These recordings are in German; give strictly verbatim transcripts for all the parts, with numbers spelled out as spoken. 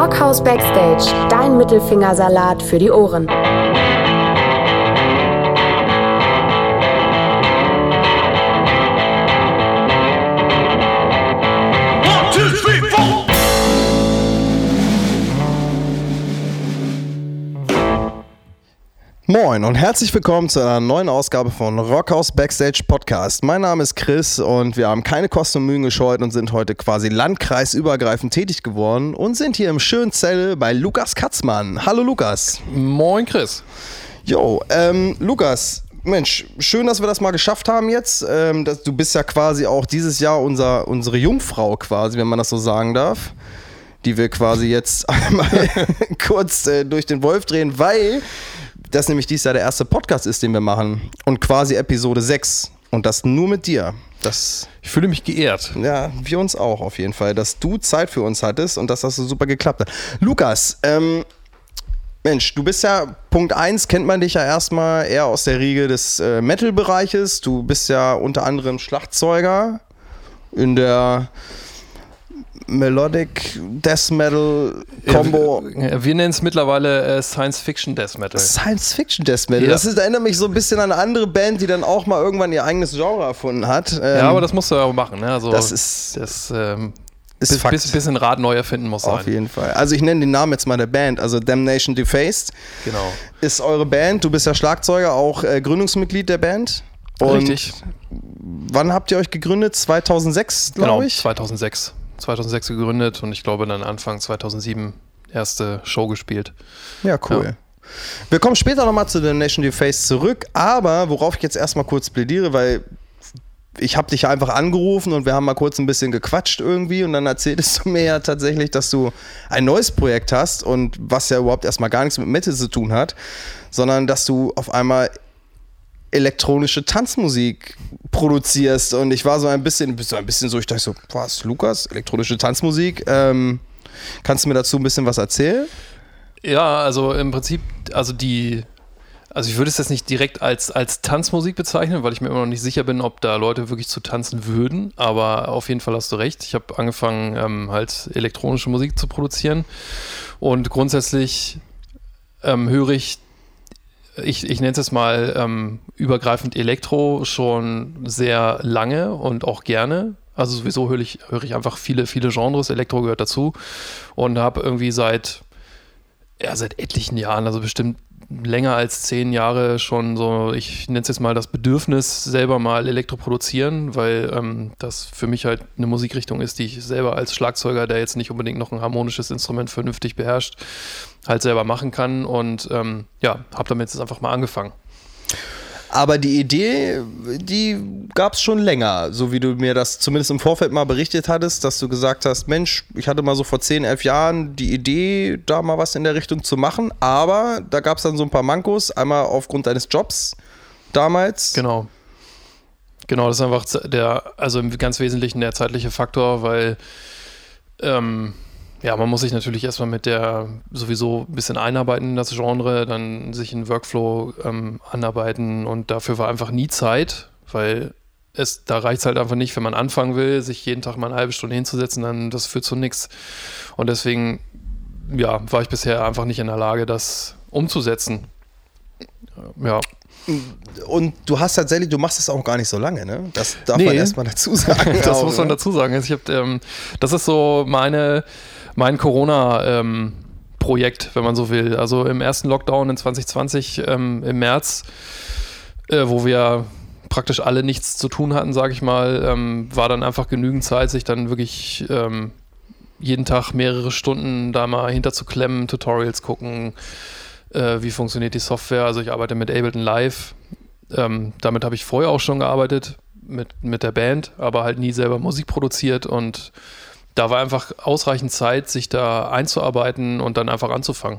Rockhaus Backstage, dein Mittelfingersalat für die Ohren. Moin und herzlich willkommen zu einer neuen Ausgabe von Rockhaus Backstage Podcast. Mein Name ist Chris und wir haben keine Kosten und Mühen gescheut und sind heute quasi landkreisübergreifend tätig geworden und sind hier im schönen Zelle bei Lukas Katzmann. Hallo Lukas. Moin Chris. Jo, ähm, Lukas, Mensch, schön, dass wir das mal geschafft haben jetzt. Ähm, das, du bist ja quasi auch dieses Jahr unser, unsere Jungfrau quasi, wenn man das so sagen darf, die wir quasi jetzt einmal kurz äh, durch den Wolf drehen, weil das nämlich dieses Jahr der erste Podcast ist, den wir machen. Und quasi Episode sechs. Und das nur mit dir. Das, ich fühle mich geehrt. Ja, wir uns auch auf jeden Fall. Dass du Zeit für uns hattest und dass das so super geklappt hat. Lukas, ähm, Mensch, du bist ja, Punkt eins, kennt man dich ja erstmal eher aus der Riege des äh, Metal-Bereiches. Du bist ja unter anderem Schlagzeuger in der Melodic Death Metal Combo. Ja, wir nennen es mittlerweile äh, Science Fiction Death Metal. Science Fiction Death Metal. Ja. Das ist, erinnert mich so ein bisschen an eine andere Band, die dann auch mal irgendwann ihr eigenes Genre erfunden hat. Ähm, ja, aber das musst du ja auch machen. Ne? Also das ist, das, ähm, ist bis, Fakt. Bis, bisschen Rad neu erfinden muss sein. Auf jeden Fall. Also ich nenne den Namen jetzt mal der Band. Also Damnation Defaced. Genau. Ist eure Band. Du bist ja Schlagzeuger, auch äh, Gründungsmitglied der Band. Und richtig. Wann habt ihr euch gegründet? zweitausendsechs, glaube genau, ich? zweitausendsechs. zweitausendsechs gegründet und ich glaube dann Anfang zweitausendsieben erste Show gespielt. Ja, cool. Ja. Wir kommen später nochmal zu Damnation Defaced zurück, aber worauf ich jetzt erstmal kurz plädiere, weil ich habe dich einfach angerufen und wir haben mal kurz ein bisschen gequatscht irgendwie und dann erzähltest du mir ja tatsächlich, dass du ein neues Projekt hast und was ja überhaupt erstmal gar nichts mit Metal zu tun hat, sondern dass du auf einmal elektronische Tanzmusik produzierst und ich war so ein bisschen, so ein bisschen so, ich dachte so, was, Lukas, elektronische Tanzmusik, ähm, kannst du mir dazu ein bisschen was erzählen? Ja, also im Prinzip, also die, also ich würde es jetzt nicht direkt als, als Tanzmusik bezeichnen, weil ich mir immer noch nicht sicher bin, ob da Leute wirklich zu tanzen würden, aber auf jeden Fall hast du recht, ich habe angefangen ähm, halt elektronische Musik zu produzieren und grundsätzlich ähm, höre ich Ich, ich nenne es jetzt mal ähm, übergreifend Elektro schon sehr lange und auch gerne. Also sowieso höre ich, höre ich einfach viele, viele Genres. Elektro gehört dazu und habe irgendwie seit, ja, seit etlichen Jahren, also bestimmt länger als zehn Jahre schon so, ich nenne es jetzt mal das Bedürfnis, selber mal Elektro produzieren, weil ähm, das für mich halt eine Musikrichtung ist, die ich selber als Schlagzeuger, der jetzt nicht unbedingt noch ein harmonisches Instrument vernünftig beherrscht, halt selber machen kann und ähm, ja, habe damit jetzt einfach mal angefangen. Aber die Idee, die gab es schon länger, so wie du mir das zumindest im Vorfeld mal berichtet hattest, dass du gesagt hast, Mensch, ich hatte mal so vor zehn, elf Jahren die Idee, da mal was in der Richtung zu machen, aber da gab es dann so ein paar Mankos, einmal aufgrund deines Jobs damals. Genau. Genau, das ist einfach der, also im ganz Wesentlichen der zeitliche Faktor, weil ähm, ja, man muss sich natürlich erstmal mit der sowieso ein bisschen einarbeiten in das Genre, dann sich in Workflow ähm, anarbeiten und dafür war einfach nie Zeit, weil es, da reicht es halt einfach nicht, wenn man anfangen will, sich jeden Tag mal eine halbe Stunde hinzusetzen, dann das führt zu nichts. Und deswegen, ja, war ich bisher einfach nicht in der Lage, das umzusetzen. Ja. Und du hast tatsächlich, du machst das auch gar nicht so lange, ne? Das darf nee. man erstmal dazu sagen. Das auch, muss man ne? dazu sagen. Also ich hab, ähm, das ist so meine, mein Corona-Projekt, ähm, wenn man so will. Also im ersten Lockdown in zwanzig zwanzig ähm, im März, äh, wo wir praktisch alle nichts zu tun hatten, sage ich mal, ähm, war dann einfach genügend Zeit, sich dann wirklich ähm, jeden Tag mehrere Stunden da mal hinterzuklemmen, Tutorials gucken, Äh, wie funktioniert die Software. Also ich arbeite mit Ableton Live. Ähm, damit habe ich vorher auch schon gearbeitet mit, mit der Band, aber halt nie selber Musik produziert und da war einfach ausreichend Zeit, sich da einzuarbeiten und dann einfach anzufangen.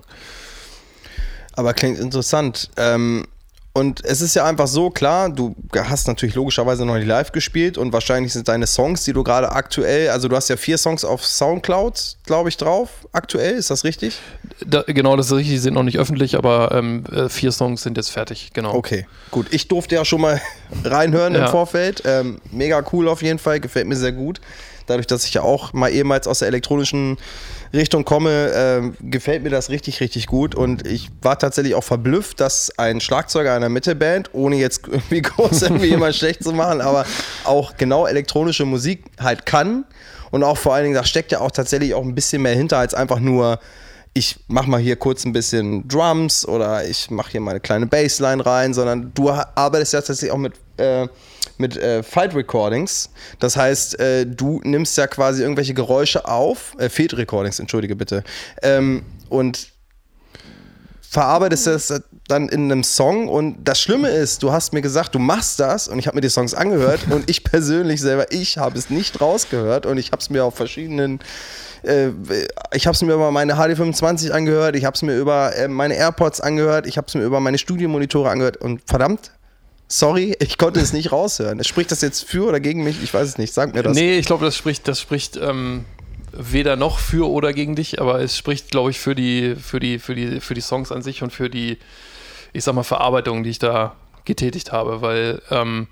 Aber klingt interessant. Ähm, und es ist ja einfach so, klar, du hast natürlich logischerweise noch nicht live gespielt und wahrscheinlich sind deine Songs, die du gerade aktuell, also du hast ja vier Songs auf Soundcloud, glaube ich, drauf, aktuell, ist das richtig? Da, genau, das ist richtig, die sind noch nicht öffentlich, aber ähm, vier Songs sind jetzt fertig, genau. Okay, gut. Ich durfte ja schon mal reinhören ja. im Vorfeld. Ähm, mega cool auf jeden Fall, gefällt mir sehr gut. Dadurch, dass ich ja auch mal ehemals aus der elektronischen Richtung komme, ähm, gefällt mir das richtig, richtig gut. Und ich war tatsächlich auch verblüfft, dass ein Schlagzeuger einer Metalband, ohne jetzt irgendwie groß irgendwie jemand schlecht zu machen, aber auch genau elektronische Musik halt kann. Und auch vor allen Dingen, da steckt ja auch tatsächlich auch ein bisschen mehr hinter als einfach nur, ich mach mal hier kurz ein bisschen Drums oder ich mach hier mal eine kleine Bassline rein, sondern du arbeitest ja tatsächlich auch mit, äh, mit äh, Field Recordings. Das heißt, äh, du nimmst ja quasi irgendwelche Geräusche auf, äh, Field Recordings, entschuldige bitte, ähm, und verarbeitest das dann in einem Song. Und das Schlimme ist, du hast mir gesagt, du machst das, und ich habe mir die Songs angehört und ich persönlich selber, ich habe es nicht rausgehört und ich habe es mir auf verschiedenen äh, ich habe es mir über meine H D fünfundzwanzig angehört, ich habe es mir über äh, meine AirPods angehört, ich habe es mir über meine Studiomonitore angehört und verdammt, sorry, ich konnte es nicht raushören. Spricht das jetzt für oder gegen mich? Ich weiß es nicht, sag mir das. Nee, ich glaube, das spricht, das spricht ähm, weder noch für oder gegen dich, aber es spricht, glaube ich, für die, für die, für die, für die Songs an sich und für die, ich sag mal, Verarbeitung, die ich da getätigt habe, weil ähm,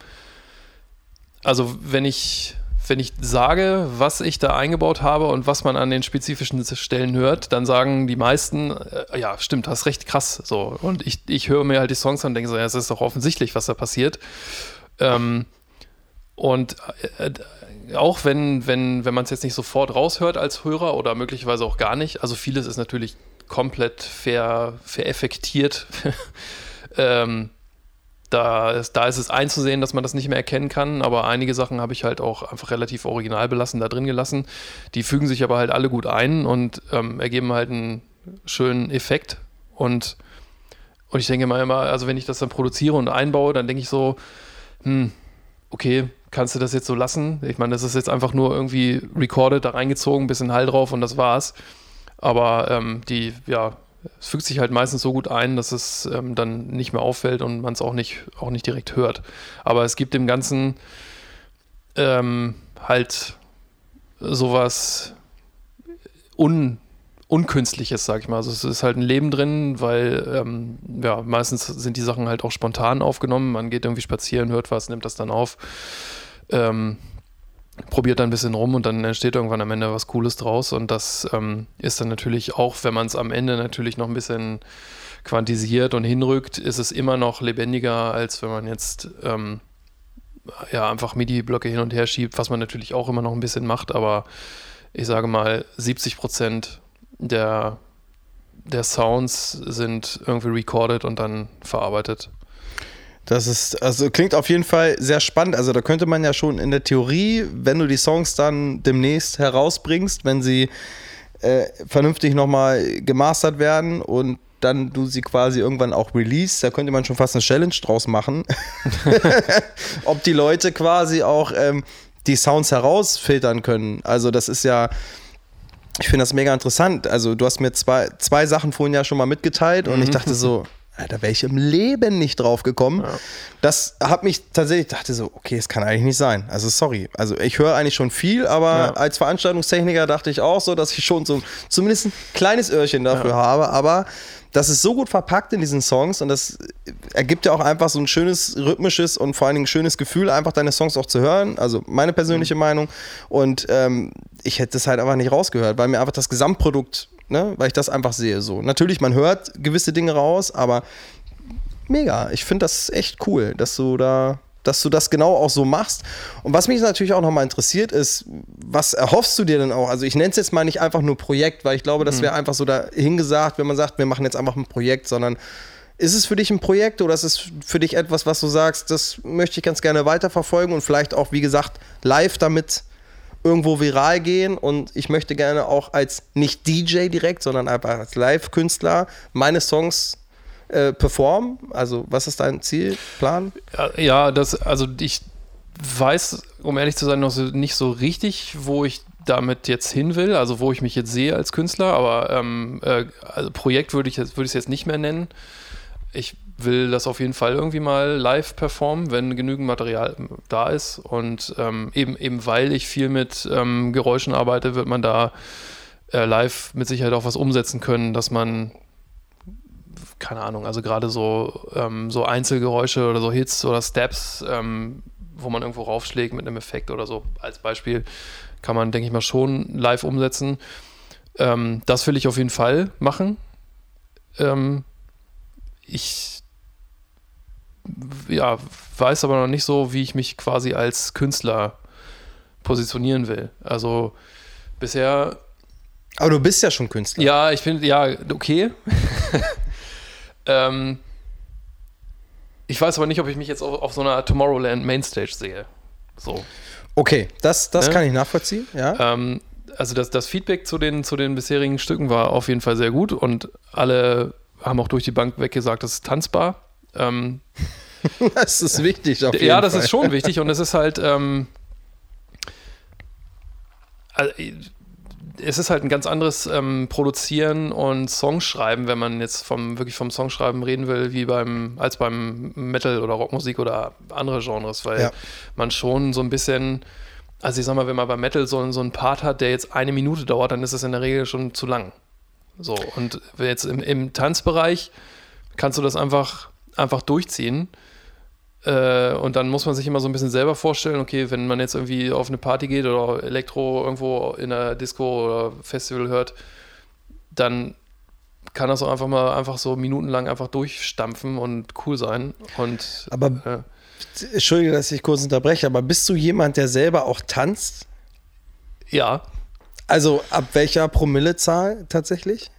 also wenn ich wenn ich sage, was ich da eingebaut habe und was man an den spezifischen Stellen hört, dann sagen die meisten, äh, ja, stimmt, hast recht, krass. So. Und ich, ich höre mir halt die Songs an und denke so, ja, es ist doch offensichtlich, was da passiert. Ähm, und äh, auch wenn, wenn, wenn man es jetzt nicht sofort raushört als Hörer oder möglicherweise auch gar nicht, also vieles ist natürlich komplett ver, vereffektiert. ähm, Da ist, da ist es einzusehen, dass man das nicht mehr erkennen kann, aber einige Sachen habe ich halt auch einfach relativ original belassen, da drin gelassen. Die fügen sich aber halt alle gut ein und ähm, ergeben halt einen schönen Effekt. Und, und ich denke mal immer, also wenn ich das dann produziere und einbaue, dann denke ich so, hm, okay, kannst du das jetzt so lassen? Ich meine, das ist jetzt einfach nur irgendwie recorded, da reingezogen, bisschen Hall drauf und das war's. Aber ähm, die, ja, es fügt sich halt meistens so gut ein, dass es ähm, dann nicht mehr auffällt und man es auch nicht, auch nicht direkt hört. Aber es gibt dem Ganzen ähm, halt sowas un, Unkünstliches, sag ich mal. Also es ist halt ein Leben drin, weil ähm, ja, meistens sind die Sachen halt auch spontan aufgenommen. Man geht irgendwie spazieren, hört was, nimmt das dann auf. Ähm, probiert dann ein bisschen rum und dann entsteht irgendwann am Ende was Cooles draus und das ähm, ist dann natürlich auch, wenn man es am Ende natürlich noch ein bisschen quantisiert und hinrückt, ist es immer noch lebendiger, als wenn man jetzt ähm, ja, einfach MIDI-Blöcke hin und her schiebt, was man natürlich auch immer noch ein bisschen macht, aber ich sage mal, siebzig Prozent der, der Sounds sind irgendwie recorded und dann verarbeitet. Das ist, also klingt auf jeden Fall sehr spannend. Also da könnte man ja schon in der Theorie, wenn du die Songs dann demnächst herausbringst, wenn sie äh, vernünftig nochmal gemastert werden und dann du sie quasi irgendwann auch release, da könnte man schon fast eine Challenge draus machen. Ob die Leute quasi auch ähm, die Sounds herausfiltern können. Also das ist ja, ich finde das mega interessant. Also du hast mir zwei, zwei Sachen vorhin ja schon mal mitgeteilt und ich dachte so, da wäre ich im Leben nicht drauf gekommen. Ja. Das hat mich tatsächlich, dachte so, okay, es kann eigentlich nicht sein. Also sorry, also ich höre eigentlich schon viel, aber ja. als Veranstaltungstechniker dachte ich auch so, dass ich schon so zumindest ein kleines Öhrchen dafür ja. habe, aber das ist so gut verpackt in diesen Songs und das ergibt ja auch einfach so ein schönes, rhythmisches und vor allen Dingen schönes Gefühl, einfach deine Songs auch zu hören, also meine persönliche mhm. Meinung und ähm, ich hätte es halt einfach nicht rausgehört, weil mir einfach das Gesamtprodukt, ne, weil ich das einfach sehe so. Natürlich, man hört gewisse Dinge raus, aber mega, ich finde das echt cool, dass du da, dass du das genau auch so machst. Und was mich natürlich auch nochmal interessiert ist, was erhoffst du dir denn auch? Also ich nenne es jetzt mal nicht einfach nur Projekt, weil ich glaube, das wäre einfach so dahingesagt, wenn man sagt, wir machen jetzt einfach ein Projekt, sondern ist es für dich ein Projekt oder ist es für dich etwas, was du sagst, das möchte ich ganz gerne weiterverfolgen und vielleicht auch, wie gesagt, live damit irgendwo viral gehen und ich möchte gerne auch als nicht D J direkt, sondern einfach als Live-Künstler meine Songs äh, performen? Also was ist dein Ziel, Plan? Ja, ja, das, also ich weiß, um ehrlich zu sein, noch so, nicht so richtig, wo ich damit jetzt hin will, also wo ich mich jetzt sehe als Künstler, aber ähm, äh, also Projekt würde ich jetzt, würde ich es jetzt nicht mehr nennen. Ich will das auf jeden Fall irgendwie mal live performen, wenn genügend Material da ist und ähm, eben, eben weil ich viel mit ähm, Geräuschen arbeite, wird man da äh, live mit Sicherheit auch was umsetzen können, dass man, keine Ahnung, also gerade so, ähm, so Einzelgeräusche oder so Hits oder Steps, ähm, wo man irgendwo raufschlägt mit einem Effekt oder so, als Beispiel, kann man, denke ich mal, schon live umsetzen. Ähm, das will ich auf jeden Fall machen. Ähm, ich ja, weiß aber noch nicht so, wie ich mich quasi als Künstler positionieren will. Also bisher... Aber du bist ja schon Künstler. Ja, ich finde, ja, okay. ähm, ich weiß aber nicht, ob ich mich jetzt auf, auf so einer Tomorrowland Mainstage sehe. So. Okay, das, das Ne? kann ich nachvollziehen, ja. Ähm, also das, das Feedback zu den, zu den bisherigen Stücken war auf jeden Fall sehr gut und alle haben auch durch die Bank weggesagt, das ist tanzbar. Ähm, das ist wichtig auf jeden ja, das Fall. ist schon wichtig und es ist halt ähm, also, es ist halt ein ganz anderes ähm, Produzieren und Songschreiben, wenn man jetzt vom wirklich vom Songschreiben reden will, wie beim als beim Metal oder Rockmusik oder andere Genres, weil Ja. man schon so ein bisschen, also ich sag mal, wenn man bei Metal so, so einen Part hat, der jetzt eine Minute dauert, dann ist es in der Regel schon zu lang. So, und jetzt im, im Tanzbereich kannst du das einfach, einfach durchziehen. Äh, und dann muss man sich immer so ein bisschen selber vorstellen, okay, wenn man jetzt irgendwie auf eine Party geht oder Elektro irgendwo in einer Disco oder Festival hört, dann kann das auch einfach mal einfach so minutenlang einfach durchstampfen und cool sein. Und, Aber, äh, Entschuldige, dass ich kurz unterbreche, aber bist du jemand, der selber auch tanzt? ja, Also ab welcher Promillezahl tatsächlich?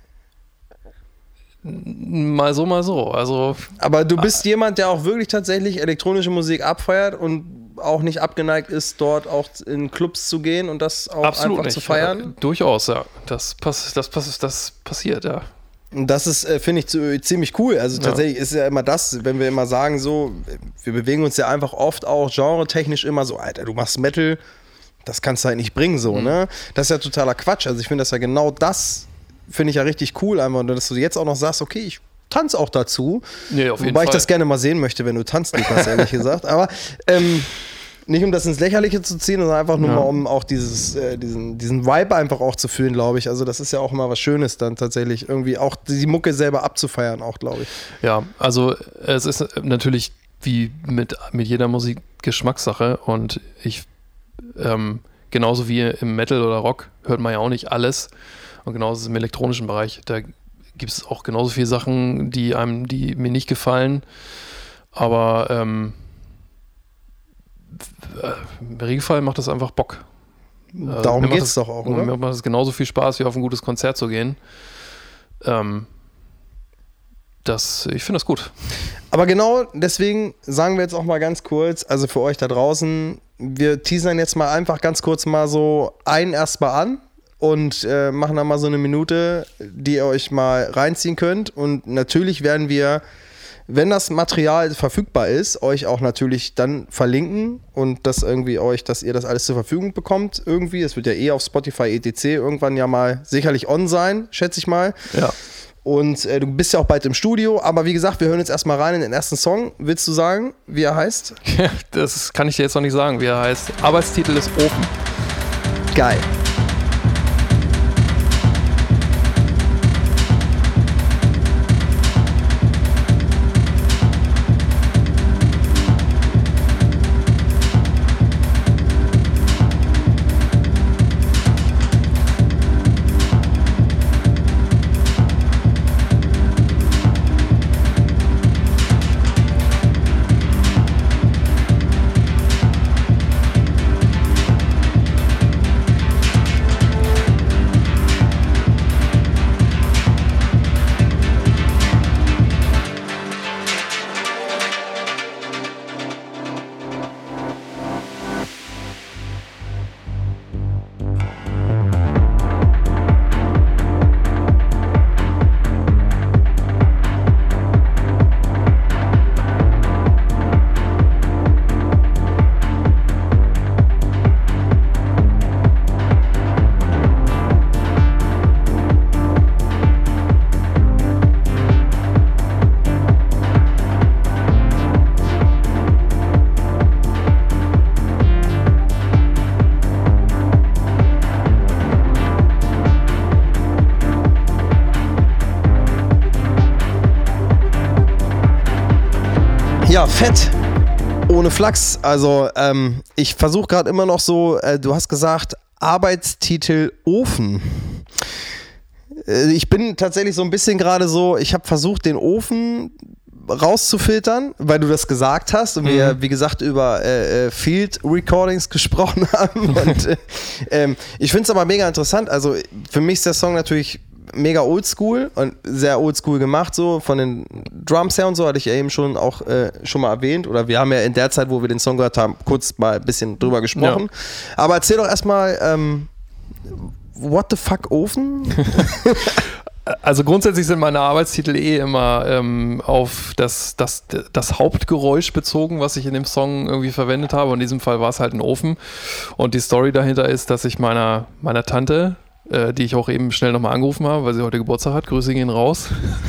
mal so, mal so. Also Aber du bist jemand, der auch wirklich tatsächlich elektronische Musik abfeiert und auch nicht abgeneigt ist, dort auch in Clubs zu gehen und das auch absolut einfach nicht. zu feiern? Ja, durchaus, ja. Das, pass, das, pass, das passiert, ja. Und das ist, äh, finde ich, zu, ziemlich cool. Also Ja. tatsächlich ist ja immer das, wenn wir immer sagen so, wir bewegen uns ja einfach oft auch genretechnisch immer so, Alter, du machst Metal, das kannst du halt nicht bringen so, Mhm. ne? Das ist ja totaler Quatsch. Also ich finde das ja genau das, finde ich ja richtig cool einfach. Und dass du jetzt auch noch sagst, okay, ich tanze auch dazu. Nee, auf jeden Wobei ich Fall. das gerne mal sehen möchte, wenn du tanzt, Lukas, ehrlich gesagt. Aber ähm, nicht um das ins Lächerliche zu ziehen, sondern einfach nur Ja. mal, um auch dieses, äh, diesen, diesen Vibe einfach auch zu fühlen, glaube ich. Also das ist ja auch immer was Schönes dann tatsächlich, irgendwie auch die Mucke selber abzufeiern auch, glaube ich. Ja, also es ist natürlich wie mit, mit jeder Musik Geschmackssache und ich, ähm, genauso wie im Metal oder Rock, hört man ja auch nicht alles und genauso im elektronischen Bereich, da gibt es auch genauso viele Sachen, die einem, die mir nicht gefallen, aber ähm, im Regelfall macht das einfach Bock. Also Darum mir macht geht es das- doch auch, Mir oder? macht es genauso viel Spaß, wie auf ein gutes Konzert zu gehen. Ähm, das, ich finde das gut. Aber genau deswegen sagen wir jetzt auch mal ganz kurz, also für euch da draußen, wir teasern jetzt mal einfach ganz kurz mal so einen erstmal an und äh, machen dann mal so eine Minute, die ihr euch mal reinziehen könnt. Und natürlich werden wir, wenn das Material verfügbar ist, euch auch natürlich dann verlinken und das irgendwie euch, dass ihr das alles zur Verfügung bekommt irgendwie. Es wird ja eh auf Spotify et cetera irgendwann ja mal sicherlich on sein, schätze ich mal. Ja. Und äh, du bist ja auch bald im Studio, aber wie gesagt, wir hören jetzt erstmal rein in den ersten Song. Willst du sagen, wie er heißt? Das kann ich dir jetzt noch nicht sagen, wie er heißt. Arbeitstitel ist Ofen. Geil. fett. Ohne Flachs. Also ähm, ich versuche gerade immer noch so, äh, du hast gesagt, Arbeitstitel Ofen. Äh, ich bin tatsächlich so ein bisschen gerade so, ich habe versucht, den Ofen rauszufiltern, weil du das gesagt hast und mhm. wir, wie gesagt, über äh, Field Recordings gesprochen haben. Und äh, ähm, ich finde es aber mega interessant. Also für mich ist der Song natürlich mega oldschool und sehr oldschool gemacht, so von den Drums her und so, hatte ich ja eben schon auch äh, schon mal erwähnt. Oder wir haben ja in der Zeit, wo wir den Song gehört haben, kurz mal ein bisschen drüber gesprochen. Ja. Aber erzähl doch erstmal, ähm, what the fuck Ofen? Also grundsätzlich sind meine Arbeitstitel eh immer ähm, auf das, das, das Hauptgeräusch bezogen, was ich in dem Song irgendwie verwendet habe. Und in diesem Fall war es halt ein Ofen. Und die Story dahinter ist, dass ich meiner, meiner Tante, äh, die ich auch eben schnell nochmal angerufen habe, weil sie heute Geburtstag hat, Grüße gehen raus,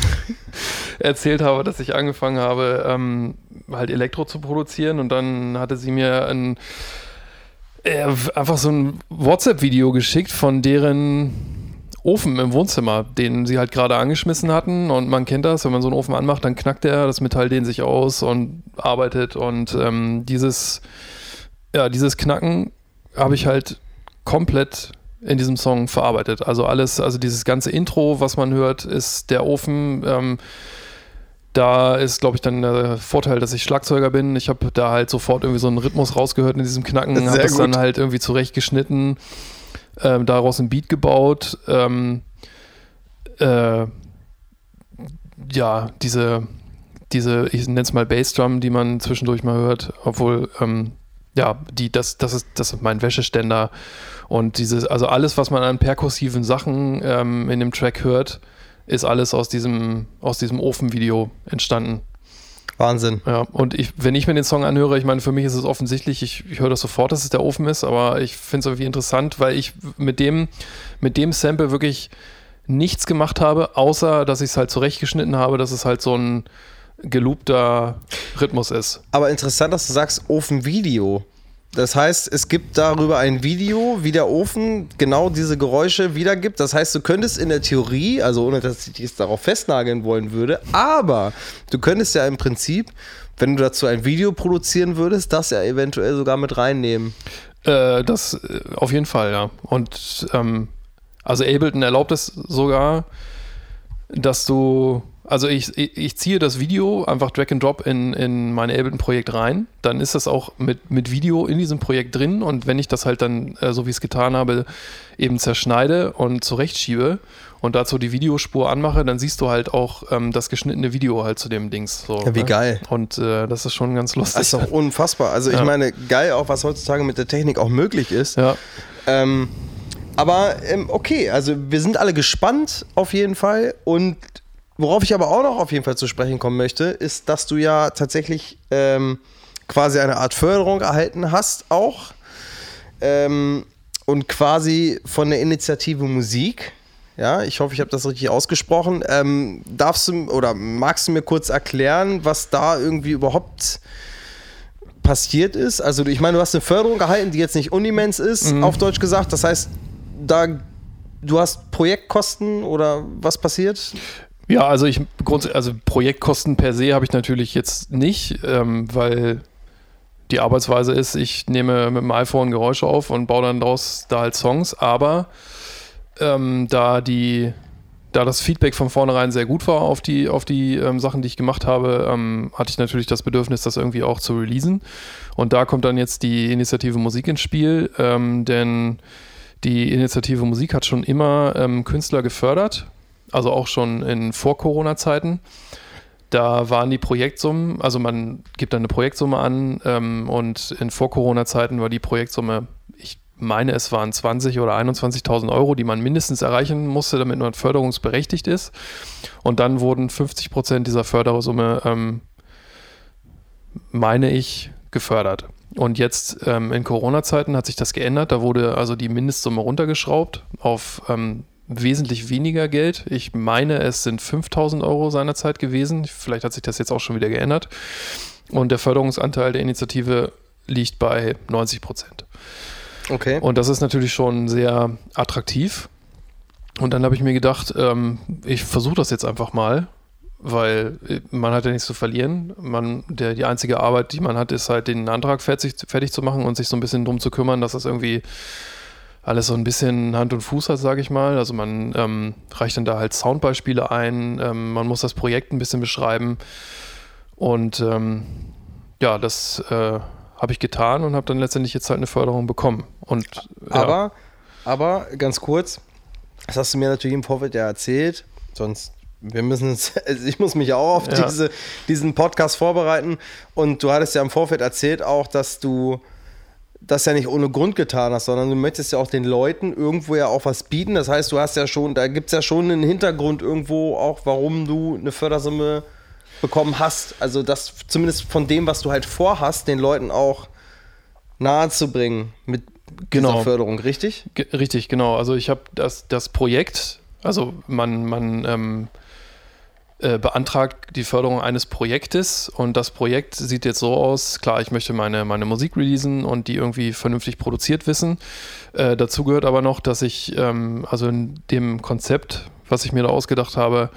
erzählt habe, dass ich angefangen habe, ähm, halt Elektro zu produzieren. Und dann hatte sie mir ein, äh, einfach so ein WhatsApp-Video geschickt von deren Ofen im Wohnzimmer, den sie halt gerade angeschmissen hatten, und man kennt das, wenn man so einen Ofen anmacht, dann knackt der, das Metall dehnt sich aus und arbeitet, und ähm, dieses, ja, dieses Knacken habe ich halt komplett in diesem Song verarbeitet. Also alles, also dieses ganze Intro, was man hört, ist der Ofen. Ähm, da ist, glaube ich, dann der Vorteil, dass ich Schlagzeuger bin. Ich habe da halt sofort irgendwie so einen Rhythmus rausgehört in diesem Knacken, habe das dann halt irgendwie zurechtgeschnitten. Ähm, daraus ein Beat gebaut, ähm, äh, ja, diese, diese, ich nenne es mal Bassdrum, die man zwischendurch mal hört, obwohl, ähm, ja, die, das, das ist, das ist mein Wäscheständer, und dieses, also alles, was man an perkussiven Sachen ähm, in dem Track hört, ist alles aus diesem, aus diesem Ofenvideo entstanden. Wahnsinn. Ja, und ich, wenn ich mir den Song anhöre, ich meine, für mich ist es offensichtlich, ich, ich höre das sofort, dass es der Ofen ist, aber ich finde es irgendwie interessant, weil ich mit dem, mit dem Sample wirklich nichts gemacht habe, außer dass ich es halt zurechtgeschnitten habe, dass es halt so ein geloopter Rhythmus ist. Aber interessant, dass du sagst Ofenvideo. Das heißt, es gibt darüber ein Video, wie der Ofen genau diese Geräusche wiedergibt. Das heißt, du könntest in der Theorie, also ohne dass ich es darauf festnageln wollen würde, aber du könntest ja im Prinzip, wenn du dazu ein Video produzieren würdest, das ja eventuell sogar mit reinnehmen. Äh, das äh, auf jeden Fall, ja. Und ähm, also Ableton erlaubt es sogar, dass du, also ich, ich, ich ziehe das Video einfach Drag and Drop in, in mein Ableton-Projekt rein, dann ist das auch mit, mit Video in diesem Projekt drin, und wenn ich das halt dann, äh, so wie ich es getan habe, eben zerschneide und zurechtschiebe und dazu die Videospur anmache, dann siehst du halt auch ähm, das geschnittene Video halt zu dem Dings. So, ja, wie ne? geil. Und äh, das ist schon ganz lustig. Das ist doch unfassbar. Also ich ja. meine, geil auch, was heutzutage mit der Technik auch möglich ist. Ja. Ähm, aber ähm, okay, also wir sind alle gespannt auf jeden Fall, und worauf ich aber auch noch auf jeden Fall zu sprechen kommen möchte, ist, dass du ja tatsächlich ähm, quasi eine Art Förderung erhalten hast auch ähm, und quasi von der Initiative Musik. Ja, ich hoffe, ich habe das richtig ausgesprochen. Ähm, darfst du oder magst du mir kurz erklären, was da irgendwie überhaupt passiert ist? Also ich meine, du hast eine Förderung erhalten, die jetzt nicht unimmens ist, mhm. auf Deutsch gesagt. Das heißt, da du hast Projektkosten oder was passiert? Ja, also ich also Projektkosten per se habe ich natürlich jetzt nicht, ähm, weil die Arbeitsweise ist, ich nehme mit dem iPhone Geräusche auf und baue dann daraus da halt Songs, aber ähm, da die da das Feedback von vornherein sehr gut war auf die, auf die ähm, Sachen, die ich gemacht habe, ähm, hatte ich natürlich das Bedürfnis, das irgendwie auch zu releasen. Und da kommt dann jetzt die Initiative Musik ins Spiel, ähm, denn die Initiative Musik hat schon immer ähm, Künstler gefördert, also auch schon in Vor-Corona-Zeiten. Da waren die Projektsummen, also man gibt dann eine Projektsumme an ähm, und in Vor-Corona-Zeiten war die Projektsumme, ich meine, es waren zwanzig oder einundzwanzigtausend Euro, die man mindestens erreichen musste, damit man förderungsberechtigt ist. Und dann wurden fünfzig Prozent dieser Fördersumme, ähm, meine ich, gefördert. Und jetzt ähm, in Corona-Zeiten hat sich das geändert. Da wurde also die Mindestsumme runtergeschraubt auf ähm, wesentlich weniger Geld. Ich meine, es sind fünftausend Euro seinerzeit gewesen. Vielleicht hat sich das jetzt auch schon wieder geändert. Und der Förderungsanteil der Initiative liegt bei neunzig Prozent. Okay. Und das ist natürlich schon sehr attraktiv. Und dann habe ich mir gedacht, ähm, ich versuche das jetzt einfach mal weil man hat ja nichts zu verlieren. Man, der, die einzige Arbeit, die man hat, ist halt den Antrag fertig, fertig zu machen und sich so ein bisschen drum zu kümmern, dass das irgendwie alles so ein bisschen Hand und Fuß hat, sage ich mal. Also man ähm, reicht dann da halt Soundbeispiele ein, ähm, man muss das Projekt ein bisschen beschreiben und ähm, ja, das äh, habe ich getan und habe dann letztendlich jetzt halt eine Förderung bekommen. Und, ja. aber, aber ganz kurz, das hast du mir natürlich im Vorfeld ja erzählt, sonst wir müssen es, also ich muss mich auch auf ja. diese, diesen Podcast vorbereiten und du hattest ja im Vorfeld erzählt auch, dass du das ja nicht ohne Grund getan hast, sondern du möchtest ja auch den Leuten irgendwo ja auch was bieten. Das heißt, du hast ja schon, da gibt es ja schon einen Hintergrund irgendwo auch, warum du eine Fördersumme bekommen hast. Also das zumindest von dem, was du halt vorhast, den Leuten auch nahe zu bringen mit genau. dieser Förderung, richtig? Ge- richtig, genau. Also ich habe das, das Projekt, also man, man ähm, äh, beantragt die Förderung eines Projektes und das Projekt sieht jetzt so aus, klar, ich möchte meine, meine Musik releasen und die irgendwie vernünftig produziert wissen. Äh, dazu gehört aber noch, dass ich ähm, also in dem Konzept, was ich mir da ausgedacht habe,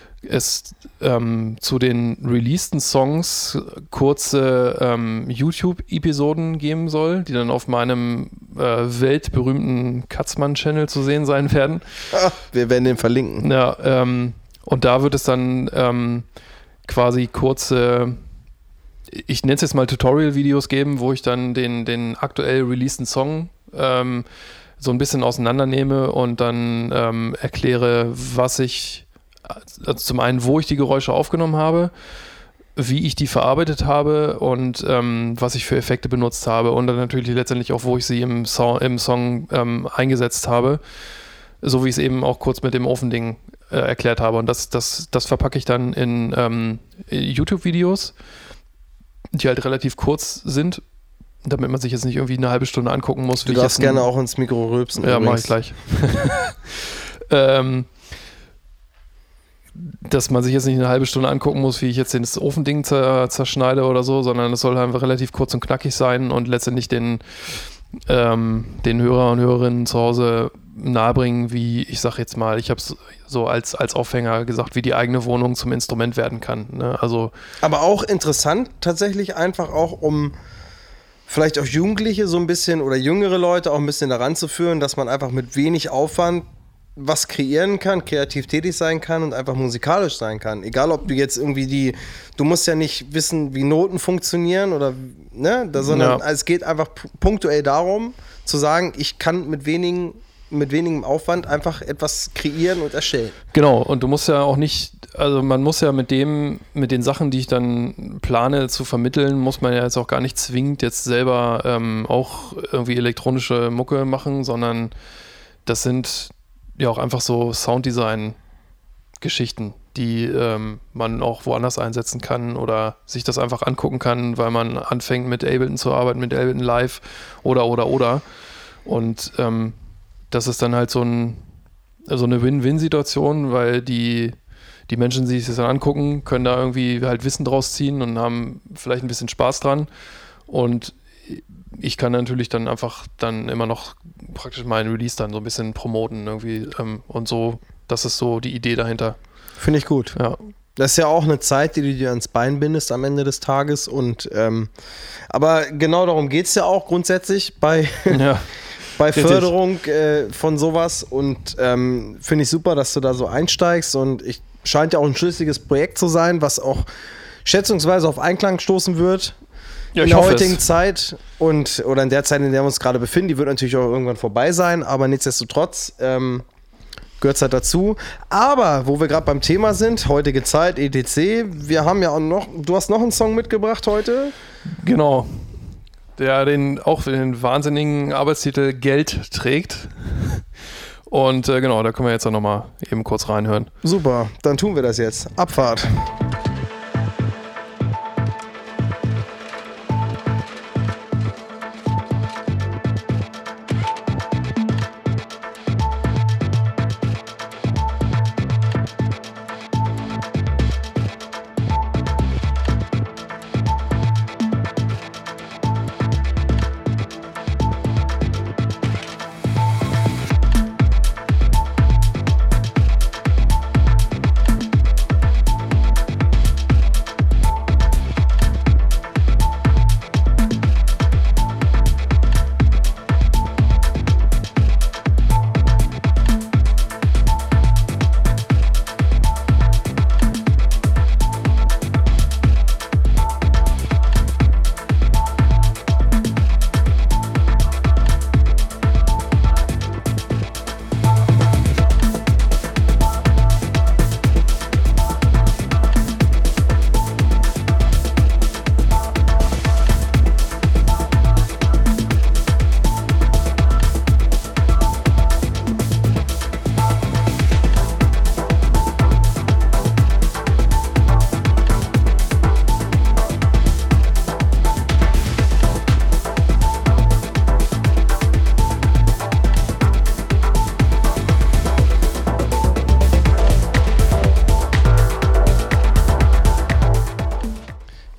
es ähm, zu den releaseden Songs kurze ähm, YouTube-Episoden geben soll, die dann auf meinem äh, weltberühmten Katzmann-Channel zu sehen sein werden. Ah, wir werden den verlinken. Ja, ähm, und da wird es dann ähm, quasi kurze, ich nenne es jetzt mal Tutorial-Videos geben, wo ich dann den, den aktuell releaseden Song ähm, so ein bisschen auseinandernehme und dann ähm, erkläre, was ich also zum einen, wo ich die Geräusche aufgenommen habe, wie ich die verarbeitet habe und ähm, was ich für Effekte benutzt habe und dann natürlich letztendlich auch, wo ich sie im, so- im Song ähm, eingesetzt habe, so wie ich es eben auch kurz mit dem Ofending äh, erklärt habe. Und das, das, das verpacke ich dann in ähm, YouTube-Videos, die halt relativ kurz sind, damit man sich jetzt nicht irgendwie eine halbe Stunde angucken muss. Du darfst gerne auch ins Mikro rülpsen. Ja, mache ich gleich. ähm, dass man sich jetzt nicht eine halbe Stunde angucken muss, wie ich jetzt das Ofending zer- zerschneide oder so, sondern es soll einfach relativ kurz und knackig sein und letztendlich den, ähm, den Hörer und Hörerinnen zu Hause nahebringen, wie, ich sag jetzt mal, ich habe es so als, als Aufhänger gesagt, wie die eigene Wohnung zum Instrument werden kann. Ne? Also, aber auch interessant tatsächlich einfach auch, um vielleicht auch Jugendliche so ein bisschen oder jüngere Leute auch ein bisschen daran zu führen, dass man einfach mit wenig Aufwand was kreieren kann, kreativ tätig sein kann und einfach musikalisch sein kann. Egal, ob du jetzt irgendwie die, du musst ja nicht wissen, wie Noten funktionieren oder, ne, da, sondern ja. Es geht einfach punktuell darum, zu sagen, ich kann mit wenigen, mit wenigem Aufwand einfach etwas kreieren und erstellen. Genau, und du musst ja auch nicht, also man muss ja mit dem, mit den Sachen, die ich dann plane zu vermitteln, muss man ja jetzt auch gar nicht zwingend jetzt selber ähm, auch irgendwie elektronische Mucke machen, sondern das sind ja auch einfach so Sounddesign-Geschichten, die ähm, man auch woanders einsetzen kann oder sich das einfach angucken kann, weil man anfängt mit Ableton zu arbeiten, mit Ableton Live oder, oder, oder. Und ähm, das ist dann halt so, ein, so eine Win-Win-Situation, weil die, die Menschen, die sich das dann angucken, können da irgendwie halt Wissen draus ziehen und haben vielleicht ein bisschen Spaß dran. Und ich kann natürlich dann einfach dann immer noch praktisch meinen Release dann so ein bisschen promoten irgendwie ähm, und so, das ist so die Idee dahinter. Finde ich gut. Ja. Das ist ja auch eine Zeit, die du dir ans Bein bindest am Ende des Tages und ähm, aber genau darum geht es ja auch grundsätzlich bei, ja. bei Förderung äh, von sowas und ähm, finde ich super, dass du da so einsteigst und ich scheint ja auch ein schlüssiges Projekt zu sein, was auch schätzungsweise auf Einklang stoßen wird. Ja, in der hoffe heutigen es. Zeit und oder in der Zeit, in der wir uns gerade befinden, die wird natürlich auch irgendwann vorbei sein, aber nichtsdestotrotz ähm, gehört es halt dazu. Aber wo wir gerade beim Thema sind, heutige Zeit, et cetera, wir haben ja auch noch, du hast noch einen Song mitgebracht heute. Genau. Der den auch den wahnsinnigen Arbeitstitel Geld trägt. Und äh, genau, da können wir jetzt auch nochmal eben kurz reinhören. Super, dann tun wir das jetzt. Abfahrt.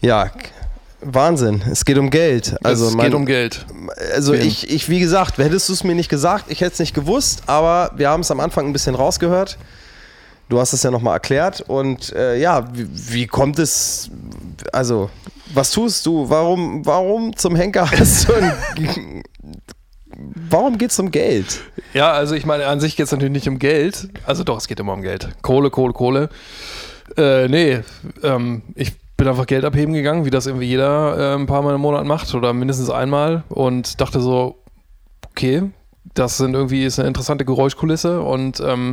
Ja, Wahnsinn. Es geht um Geld. Also es man, geht um Geld. Also ich, ich, wie gesagt, hättest du es mir nicht gesagt, ich hätte es nicht gewusst, aber wir haben es am Anfang ein bisschen rausgehört. Du hast es ja nochmal erklärt und äh, ja, wie, wie kommt es, also was tust du? Warum, warum zum Henker hast du ein, warum geht es um Geld? Ja, also ich meine, an sich geht es natürlich nicht um Geld. Also doch, es geht immer um Geld. Kohle, Kohle, Kohle. Äh, nee, ähm, ich bin einfach Geld abheben gegangen, wie das irgendwie jeder äh, ein paar Mal im Monat macht oder mindestens einmal und dachte so, okay, das sind irgendwie ist eine interessante Geräuschkulisse und ähm,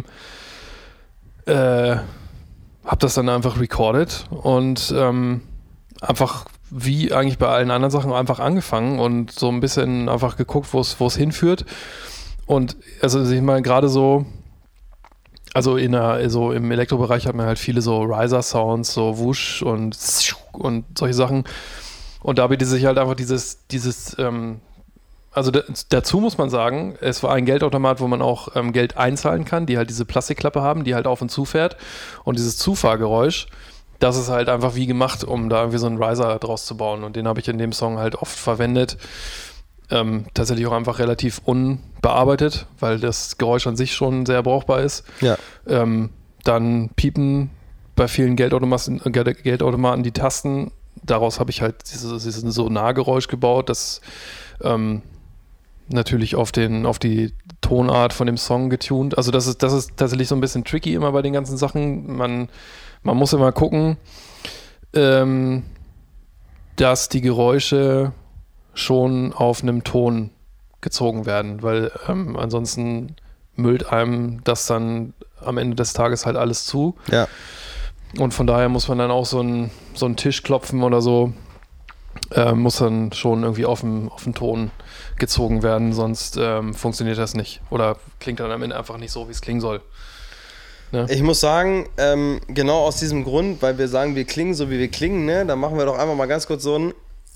äh, hab das dann einfach recorded und ähm, einfach wie eigentlich bei allen anderen Sachen einfach angefangen und so ein bisschen einfach geguckt, wo es wo es hinführt. Und also ich meine, gerade so, also in der, so im Elektrobereich hat man halt viele so Riser-Sounds, so Wusch und und solche Sachen. Und da bietet sich halt einfach dieses, dieses, ähm, also d- dazu muss man sagen, es war ein Geldautomat, wo man auch ähm, Geld einzahlen kann, die halt diese Plastikklappe haben, die halt auf und zu fährt. Und dieses Zufahrgeräusch, das ist halt einfach wie gemacht, um da irgendwie so einen Riser draus zu bauen. Und den habe ich in dem Song halt oft verwendet. Ähm, tatsächlich auch einfach relativ unbearbeitet, weil das Geräusch an sich schon sehr brauchbar ist. Ja. Ähm, dann piepen bei vielen Geldautomaten, Geld- Geldautomaten die Tasten. Daraus habe ich halt dieses, dieses Sonargeräusch gebaut, das ähm, natürlich auf, den, auf die Tonart von dem Song getuned. Also das ist, das ist tatsächlich so ein bisschen tricky immer bei den ganzen Sachen. Man, man muss immer gucken, ähm, dass die Geräusche schon auf einem Ton gezogen werden, weil ähm, ansonsten müllt einem das dann am Ende des Tages halt alles zu. Ja. Und von daher muss man dann auch so einen so einen Tisch klopfen oder so, äh, muss dann schon irgendwie auf den auf den Ton gezogen werden, sonst ähm, funktioniert das nicht. Oder klingt dann am Ende einfach nicht so, wie es klingen soll. Ne? Ich muss sagen, ähm, genau aus diesem Grund, weil wir sagen, wir klingen so, wie wir klingen, ne, dann machen wir doch einfach mal ganz kurz so ein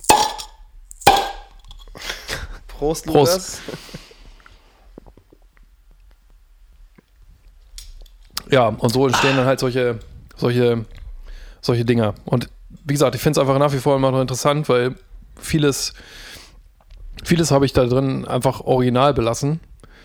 Prost, Prost. Lukas. Ja, und so entstehen dann halt solche, solche, solche Dinger. Und wie gesagt, ich finde es einfach nach wie vor immer noch interessant, weil vieles, vieles habe ich da drin einfach original belassen.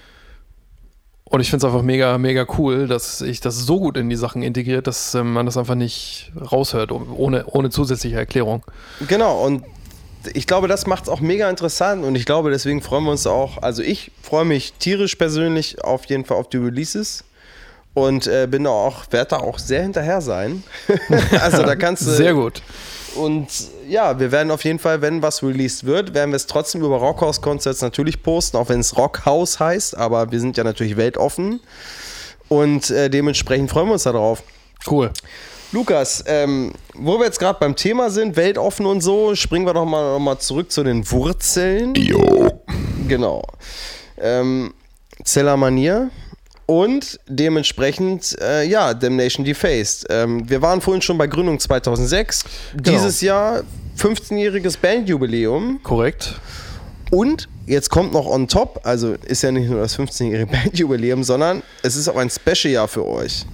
Und ich finde es einfach mega, mega cool, dass ich das so gut in die Sachen integriert, dass ähm, man das einfach nicht raushört, ohne, ohne zusätzliche Erklärung. Genau, und ich glaube, das macht es auch mega interessant und ich glaube, deswegen freuen wir uns auch, also ich freue mich tierisch persönlich auf jeden Fall auf die Releases und äh, bin da auch, werde da auch sehr hinterher sein. Also da kannst du... Sehr gut. Und ja, wir werden auf jeden Fall, wenn was released wird, werden wir es trotzdem über Rockhaus-Concerts natürlich posten, auch wenn es Rockhaus heißt, aber wir sind ja natürlich weltoffen und äh, dementsprechend freuen wir uns darauf. Cool. Lukas, ähm, wo wir jetzt gerade beim Thema sind, weltoffen und so, springen wir doch mal, noch mal zurück zu den Wurzeln. Jo. Genau. Ähm, Zellermanier und dementsprechend, äh, ja, Damnation Defaced. Ähm, wir waren vorhin schon bei Gründung zweitausendsechs. Genau. Dieses Jahr fünfzehnjähriges Bandjubiläum. Korrekt. Und jetzt kommt noch on top, also ist ja nicht nur das fünfzehnjährige Bandjubiläum, sondern es ist auch ein Special-Jahr für euch.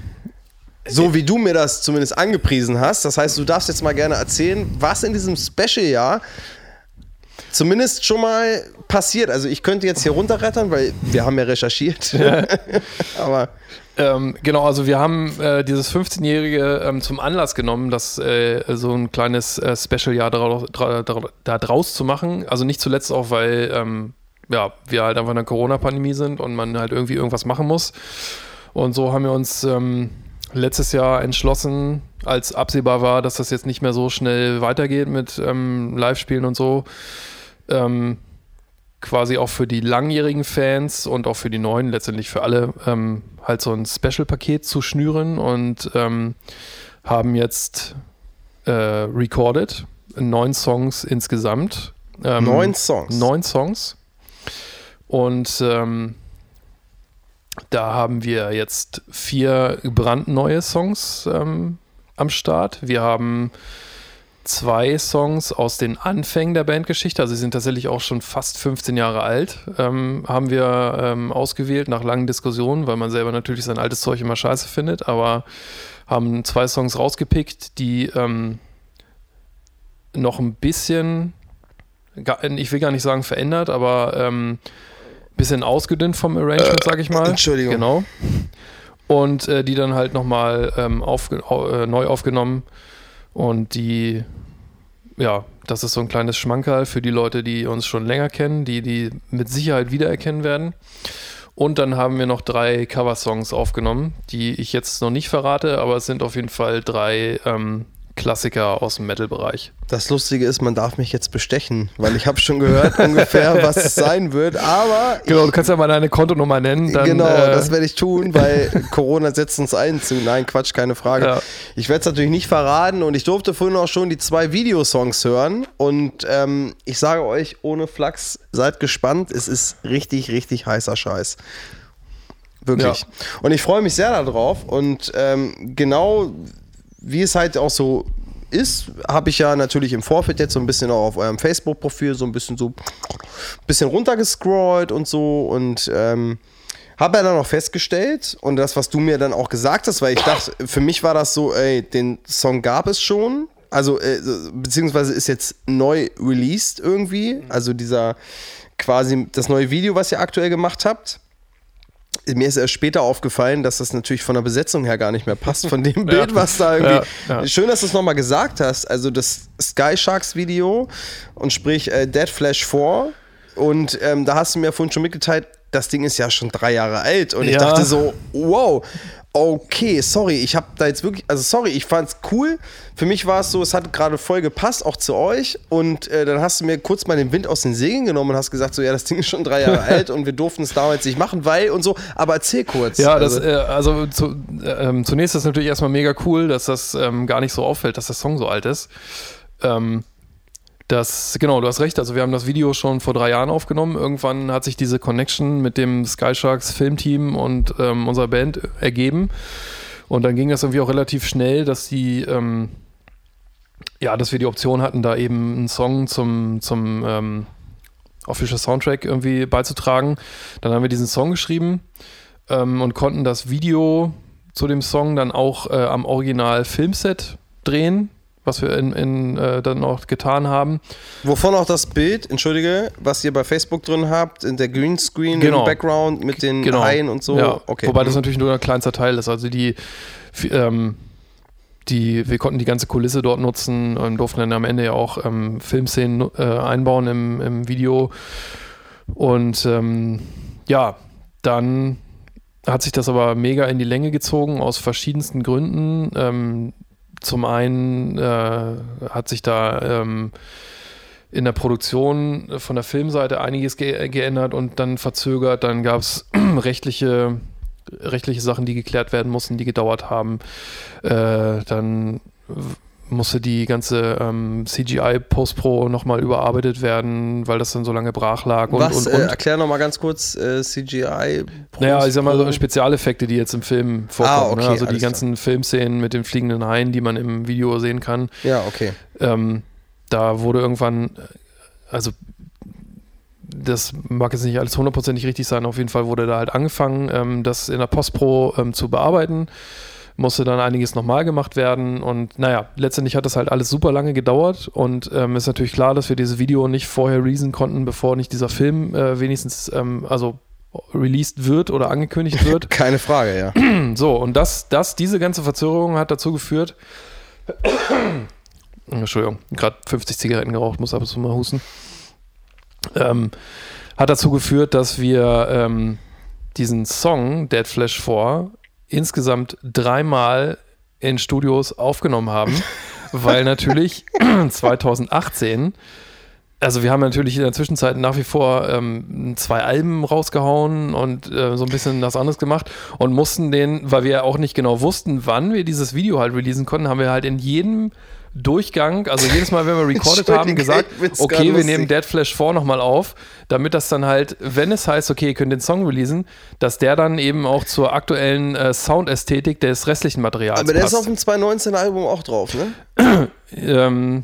So wie du mir das zumindest angepriesen hast. Das heißt, du darfst jetzt mal gerne erzählen, was in diesem Special-Jahr zumindest schon mal passiert. Also ich könnte jetzt hier runterrettern, weil wir haben ja recherchiert. Ja. Aber Ähm, genau, also wir haben äh, dieses fünfzehnjährige ähm, zum Anlass genommen, das äh, so ein kleines äh, Special-Jahr dra- dra- dra- da draus zu machen. Also nicht zuletzt auch, weil ähm, ja, wir halt einfach in der Corona-Pandemie sind und man halt irgendwie irgendwas machen muss. Und so haben wir uns ähm, letztes Jahr entschlossen, als absehbar war, dass das jetzt nicht mehr so schnell weitergeht mit ähm, Live-Spielen und so, ähm, quasi auch für die langjährigen Fans und auch für die neuen, letztendlich für alle, ähm, halt so ein Special-Paket zu schnüren und ähm, haben jetzt äh, recorded, neun Songs insgesamt. Ähm, neun Songs? Neun Songs. Und ähm, da haben wir jetzt vier brandneue Songs ähm, am Start. Wir haben zwei Songs aus den Anfängen der Bandgeschichte, also sie sind tatsächlich auch schon fast fünfzehn Jahre alt, ähm, haben wir ähm, ausgewählt nach langen Diskussionen, weil man selber natürlich sein altes Zeug immer scheiße findet, aber haben zwei Songs rausgepickt, die ähm, noch ein bisschen, ich will gar nicht sagen verändert, aber ähm, ein bisschen ausgedünnt vom Arrangement, sag ich mal. Entschuldigung. Genau. Und äh, die dann halt nochmal ähm, aufge- äh, neu aufgenommen. Und die, ja, das ist so ein kleines Schmankerl für die Leute, die uns schon länger kennen, die die mit Sicherheit wiedererkennen werden. Und dann haben wir noch drei Coversongs aufgenommen, die ich jetzt noch nicht verrate, aber es sind auf jeden Fall drei ähm, Klassiker aus dem Metal-Bereich. Das Lustige ist, man darf mich jetzt bestechen, weil ich habe schon gehört ungefähr, was es sein wird, aber... Genau, ich, du kannst ja mal deine Kontonummer nennen. Dann, genau, äh, das werde ich tun, weil Corona setzt uns ein zu. Nein, Quatsch, keine Frage. Ja. Ich werde es natürlich nicht verraten und ich durfte vorhin auch schon die zwei Videosongs hören und ähm, ich sage euch, ohne Flachs, seid gespannt, es ist richtig, richtig heißer Scheiß. Wirklich. Ja. Und ich freue mich sehr darauf und ähm, genau... Wie es halt auch so ist, habe ich ja natürlich im Vorfeld jetzt so ein bisschen auch auf eurem Facebook-Profil so ein bisschen so ein bisschen runtergescrollt und so und ähm, habe ja dann auch festgestellt und das, was du mir dann auch gesagt hast, weil ich dachte, für mich war das so, ey, den Song gab es schon, also äh, beziehungsweise ist jetzt neu released irgendwie, also dieser quasi das neue Video, was ihr aktuell gemacht habt. Mir ist erst später aufgefallen, dass das natürlich von der Besetzung her gar nicht mehr passt, von dem Bild, ja. was da irgendwie... Ja, ja. Schön, dass du es nochmal gesagt hast. Also das Sky Sharks Video und sprich äh, Dead Flash vier und ähm, da hast du mir vorhin schon mitgeteilt, das Ding ist ja schon drei Jahre alt und ich ja. dachte so, wow, okay, sorry, ich habe da jetzt wirklich, also sorry, ich fand's cool. Für mich war es so, es hat gerade voll gepasst, auch zu euch. Und äh, dann hast du mir kurz mal den Wind aus den Segeln genommen und hast gesagt, so ja, das Ding ist schon drei Jahre alt und wir durften es damals nicht machen, weil und so. Aber erzähl kurz. Ja, also, das, äh, also zu, ähm, zunächst ist es natürlich erstmal mega cool, dass das ähm, gar nicht so auffällt, dass der Song so alt ist. Ähm, Das, genau, du hast recht. Also wir haben das Video schon vor drei Jahren aufgenommen. Irgendwann hat sich diese Connection mit dem Sky Sharks Filmteam und ähm, unserer Band ergeben. Und dann ging das irgendwie auch relativ schnell, dass die, ähm, ja, dass wir die Option hatten, da eben einen Song zum, zum ähm, Official Soundtrack irgendwie beizutragen. Dann haben wir diesen Song geschrieben ähm, und konnten das Video zu dem Song dann auch äh, am Original Filmset drehen, was wir in, in, äh, dann auch getan haben. Wovon auch das Bild, entschuldige, was ihr bei Facebook drin habt, in der Greenscreen genau. im Background mit den genau. Haien und so. Ja. Okay. Wobei das natürlich nur ein kleinster Teil ist. Also die, ähm, die, wir konnten die ganze Kulisse dort nutzen und durften dann am Ende ja auch ähm, Filmszenen äh, einbauen im, im Video. Und ähm, ja, dann hat sich das aber mega in die Länge gezogen aus verschiedensten Gründen. Ähm, Zum einen äh, hat sich da ähm, in der Produktion von der Filmseite einiges ge- geändert und dann verzögert. Dann gab es rechtliche, rechtliche Sachen, die geklärt werden mussten, die gedauert haben. Äh, dann w- musste die ganze ähm, C G I-Post-Pro nochmal überarbeitet werden, weil das dann so lange brach lag. Und, Was, und, und. Äh, erklär nochmal ganz kurz äh, C G I. Naja, ich sag mal so Spezialeffekte, die jetzt im Film vorkommen. Ah, okay, ne? Also die alles ganzen Filmszenen mit den fliegenden Haien, die man im Video sehen kann. Ja, okay. Ähm, da wurde irgendwann, also das mag jetzt nicht alles hundertprozentig richtig sein, auf jeden Fall wurde da halt angefangen, ähm, das in der Post-Pro ähm, zu bearbeiten. Musste dann einiges nochmal gemacht werden und naja, letztendlich hat das halt alles super lange gedauert und ähm, ist natürlich klar, dass wir dieses Video nicht vorher releasen konnten, bevor nicht dieser Film äh, wenigstens, ähm, also released wird oder angekündigt wird. Keine Frage, ja. So, und das, das, diese ganze Verzögerung hat dazu geführt, Entschuldigung, gerade fünfzig Zigaretten geraucht, muss ab und zu mal husten, ähm, hat dazu geführt, dass wir ähm, diesen Song Dead Flash vier insgesamt dreimal in Studios aufgenommen haben, weil natürlich zwanzig achtzehn, also wir haben natürlich in der Zwischenzeit nach wie vor ähm, zwei Alben rausgehauen und äh, so ein bisschen was anderes gemacht und mussten den, weil wir ja auch nicht genau wussten, wann wir dieses Video halt releasen konnten, haben wir halt in jedem Durchgang, also jedes Mal, wenn wir recorded haben, gesagt, okay, wir nehmen Dead Flash vier nochmal auf, damit das dann halt, wenn es heißt, okay, ihr könnt den Song releasen, dass der dann eben auch zur aktuellen äh, Soundästhetik des restlichen Materials Aber der passt. ist auf dem zwanzig neunzehn Album auch drauf, ne? ähm,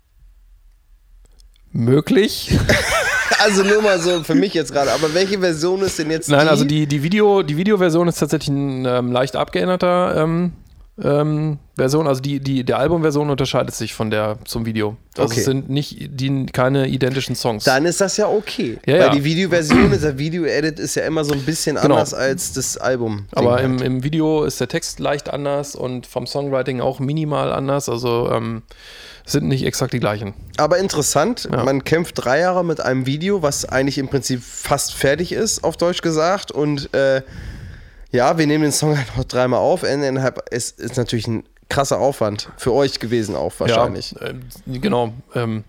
möglich. Also nur mal so für mich jetzt gerade, aber welche Version ist denn jetzt Nein, die? also die, die, Video, die Videoversion ist tatsächlich ein ähm, leicht abgeänderter ähm, Ähm, Version, also die, die, der Albumversion unterscheidet sich von der zum Video. Also Okay. es sind nicht die, keine identischen Songs. Dann ist das ja okay. Ja, weil ja. die Videoversion, der Video-Edit ist ja immer so ein bisschen Genau. anders als das Album. Aber halt. im, im Video ist der Text leicht anders und vom Songwriting auch minimal anders. Also ähm, sind nicht exakt die gleichen. Aber interessant, Ja. man kämpft drei Jahre mit einem Video, was eigentlich im Prinzip fast fertig ist, auf Deutsch gesagt. Und äh, ja, wir nehmen den Song halt noch dreimal auf. Es ist natürlich ein krasser Aufwand für euch gewesen auch wahrscheinlich. Ja, äh, genau. Ähm,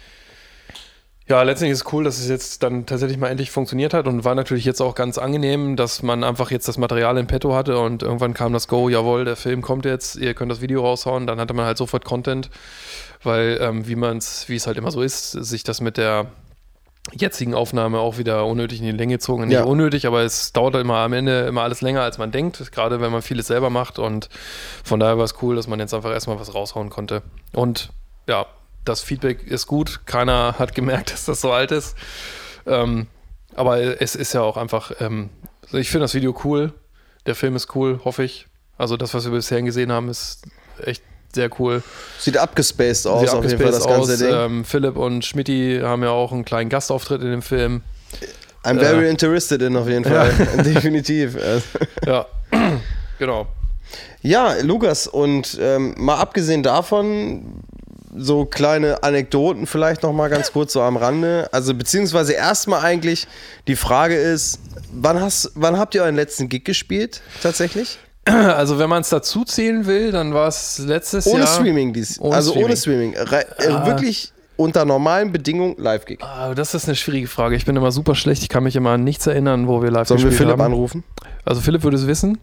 ja, letztendlich ist es cool, dass es jetzt dann tatsächlich mal endlich funktioniert hat und war natürlich jetzt auch ganz angenehm, dass man einfach jetzt das Material in petto hatte und irgendwann kam das Go, jawohl, der Film kommt jetzt, ihr könnt das Video raushauen, dann hatte man halt sofort Content, weil ähm, wie man es, wie es halt immer so ist, sich das mit der jetzigen Aufnahme auch wieder unnötig in die Länge gezogen. Nicht Ja. unnötig, aber es dauert halt immer am Ende immer alles länger, als man denkt, gerade wenn man vieles selber macht und von daher war es cool, dass man jetzt einfach erstmal was raushauen konnte. Und ja, das Feedback ist gut, keiner hat gemerkt, dass das so alt ist. Ähm, aber es ist ja auch einfach, ähm, ich finde das Video cool, der Film ist cool, hoffe ich. Also das, was wir bisher gesehen haben, ist echt sehr cool. Sieht abgespaced aus, Sieht auf jeden Fall, das ganze aus. Ding. Ähm, Philipp und Schmitty haben ja auch einen kleinen Gastauftritt in dem Film. I'm very äh, interested in, auf jeden Fall. Definitiv. Ja, genau. Ja, Lukas, und ähm, mal abgesehen davon, so kleine Anekdoten vielleicht noch mal ganz kurz so am Rande. Also beziehungsweise erstmal eigentlich, die Frage ist, wann, hast, wann habt ihr euren letzten Gig gespielt tatsächlich? Also wenn man es dazu zählen will, dann war es letztes Ohne Jahr... Streaming, dies. Ohne also Streaming. ohne Streaming. Re äh, Ah. Wirklich unter normalen Bedingungen Live-Gig. Ah, das ist eine schwierige Frage. Ich bin immer super schlecht. Ich kann mich immer an nichts erinnern, wo wir live Sollen wir gespielt Philipp haben. anrufen? Also Philipp würde es wissen.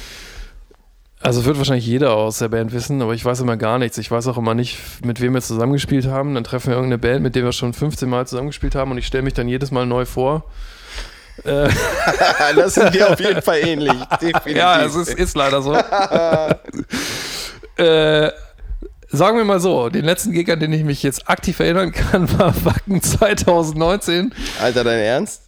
Also wird wahrscheinlich jeder aus der Band wissen, aber ich weiß immer gar nichts. Ich weiß auch immer nicht, mit wem wir zusammengespielt haben. Dann treffen wir irgendeine Band, mit der wir schon fünfzehn Mal zusammengespielt haben und ich stelle mich dann jedes Mal neu vor. Äh, Das sind wir auf jeden Fall ähnlich. Definitiv. ja, es ist, ist leider so. äh, sagen wir mal so, den letzten Gig, an den ich mich jetzt aktiv erinnern kann, war Wacken zwanzig neunzehn. Alter, dein Ernst?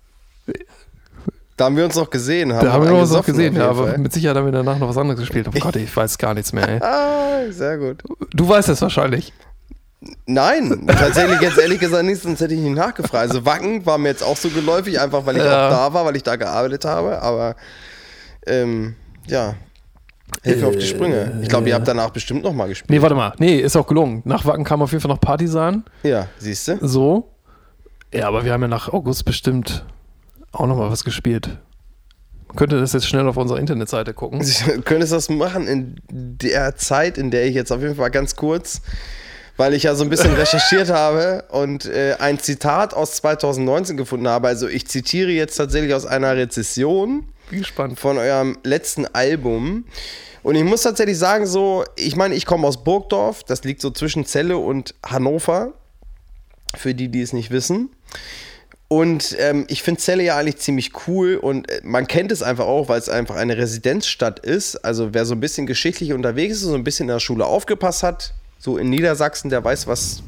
Da haben wir uns noch gesehen. Haben Da haben wir einen uns noch gesoffen gesehen, auf ja, jeden aber Fall. mit Sicherheit haben wir danach noch was anderes gespielt. Oh Gott, ich weiß gar nichts mehr, ey. Ah, sehr gut. Du weißt es wahrscheinlich. Nein, tatsächlich jetzt ehrlich gesagt nicht, sonst hätte ich nicht nachgefragt. Also Wacken war mir jetzt auch so geläufig, einfach weil ich Ja. auch da war, weil ich da gearbeitet habe. Aber ähm, ja, hilf mir auf die Sprünge. Ich glaube, ihr habt danach bestimmt noch mal gespielt. Nee, warte mal. Nee, ist auch gelungen. Nach Wacken kam auf jeden Fall noch Partisan. Ja, siehst du? So. Ja, aber wir haben ja nach August bestimmt auch noch mal was gespielt. Man könnte das jetzt schnell auf unserer Internetseite gucken. Könntest du das machen in der Zeit, in der ich jetzt auf jeden Fall ganz kurz, weil ich ja so ein bisschen recherchiert habe und äh, ein Zitat aus zwanzig neunzehn gefunden habe. Also ich zitiere jetzt tatsächlich aus einer Rezession Bin gespannt. von eurem letzten Album. Und ich muss tatsächlich sagen, so, ich meine, ich komme aus Burgdorf, das liegt so zwischen Celle und Hannover, für die, die es nicht wissen. Und ähm, ich finde Celle ja eigentlich ziemlich cool und äh, man kennt es einfach auch, weil es einfach eine Residenzstadt ist. Also wer so ein bisschen geschichtlich unterwegs ist und so ein bisschen in der Schule aufgepasst hat, so in Niedersachsen, der weiß, was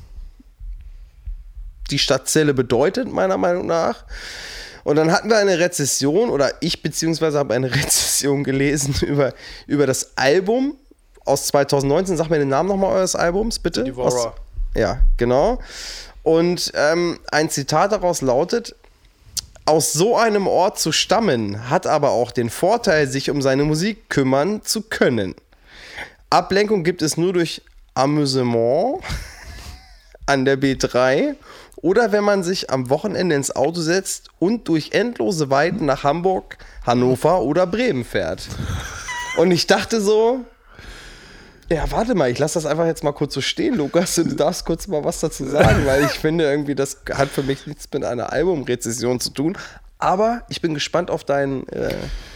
die Stadt Celle bedeutet, meiner Meinung nach. Und dann hatten wir eine Rezession, oder ich beziehungsweise habe eine Rezession gelesen über, über das Album aus zwanzig neunzehn. Sag mir den Namen nochmal eures Albums, bitte. Devourer. Aus, ja, genau. Und ähm, ein Zitat daraus lautet: Aus so einem Ort zu stammen, hat aber auch den Vorteil, sich um seine Musik kümmern zu können. Ablenkung gibt es nur durch Amüsement an der B drei oder wenn man sich am Wochenende ins Auto setzt und durch endlose Weiten nach Hamburg, Hannover oder Bremen fährt. Und ich dachte so, ja, warte mal, ich lasse das einfach jetzt mal kurz so stehen, Lukas, und du darfst kurz mal was dazu sagen, weil ich finde irgendwie, das hat für mich nichts mit einer Albumrezession zu tun. Aber ich bin gespannt auf deinen... Äh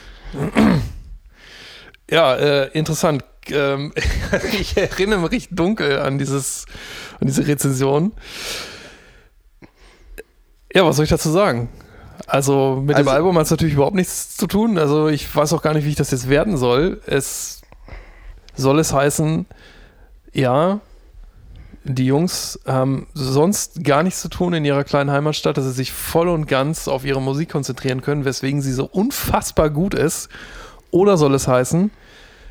Ja, äh, interessant. Ähm, ich erinnere mich recht dunkel an, dieses, an diese Rezension. Ja, was soll ich dazu sagen? Also mit Also- dem Album hat es natürlich überhaupt nichts zu tun. Also ich weiß auch gar nicht, wie ich das jetzt werten soll. Es soll es heißen, ja, die Jungs haben sonst gar nichts zu tun in ihrer kleinen Heimatstadt, dass sie sich voll und ganz auf ihre Musik konzentrieren können, weswegen sie so unfassbar gut ist. Oder soll es heißen,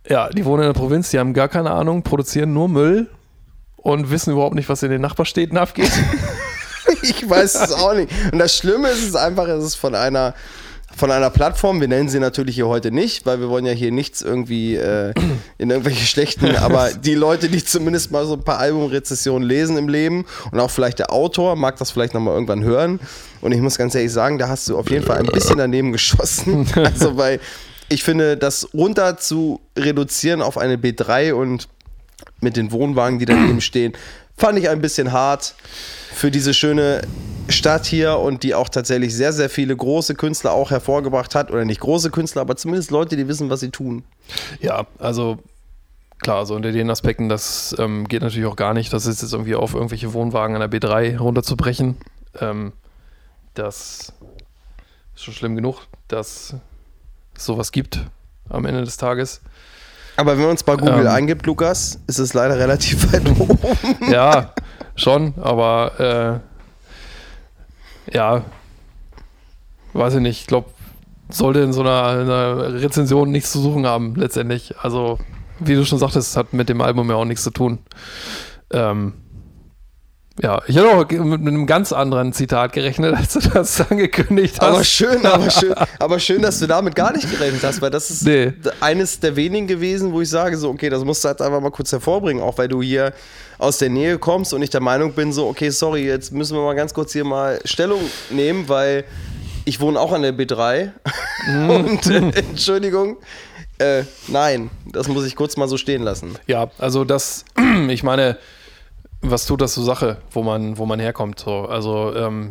Ja, die wohnen in der Provinz, die haben gar keine Ahnung, produzieren nur Müll und wissen überhaupt nicht, was in den Nachbarstädten abgeht. Ich weiß es auch nicht. Und das Schlimme ist es einfach, es ist von einer, von einer Plattform, wir nennen sie natürlich hier heute nicht, weil wir wollen ja hier nichts irgendwie äh, in irgendwelche schlechten, aber die Leute, die zumindest mal so ein paar Albumrezessionen lesen im Leben und auch vielleicht der Autor, mag das vielleicht nochmal irgendwann hören. Und ich muss ganz ehrlich sagen, da hast du auf jeden Fall ein bisschen daneben geschossen. Also, weil ich finde, das runter zu reduzieren auf eine B drei und mit den Wohnwagen, die daneben stehen, fand ich ein bisschen hart für diese schöne Stadt hier und die auch tatsächlich sehr, sehr viele große Künstler auch hervorgebracht hat. Oder nicht große Künstler, aber zumindest Leute, die wissen, was sie tun. Ja, also klar, so unter den Aspekten, das ähm, geht natürlich auch gar nicht, das ist jetzt irgendwie auf irgendwelche Wohnwagen an der B drei runterzubrechen. Ähm, das ist schon schlimm genug, dass es sowas gibt am Ende des Tages. Aber wenn man es bei Google ähm, eingibt, Lukas, ist es leider relativ weit oben. Ja, schon, aber äh, ja, weiß ich nicht, ich glaube, sollte in so einer, einer Rezension nichts zu suchen haben, letztendlich. Also, wie du schon sagtest, hat mit dem Album ja auch nichts zu tun. Ähm, ja, ich hätte auch mit einem ganz anderen Zitat gerechnet, als du das angekündigt hast. Aber schön, aber schön, aber schön, dass du damit gar nicht gerechnet hast, weil das ist nee. eines der wenigen gewesen, wo ich sage, so, okay, das musst du halt einfach mal kurz hervorbringen, auch weil du hier aus der Nähe kommst und ich der Meinung bin, so, okay, sorry, jetzt müssen wir mal ganz kurz hier mal Stellung nehmen, weil ich wohne auch an der B drei und äh, Entschuldigung, äh, nein, das muss ich kurz mal so stehen lassen. Ja, also das, ich meine, was tut das zur Sache, wo man, wo man herkommt? So? Also, ähm,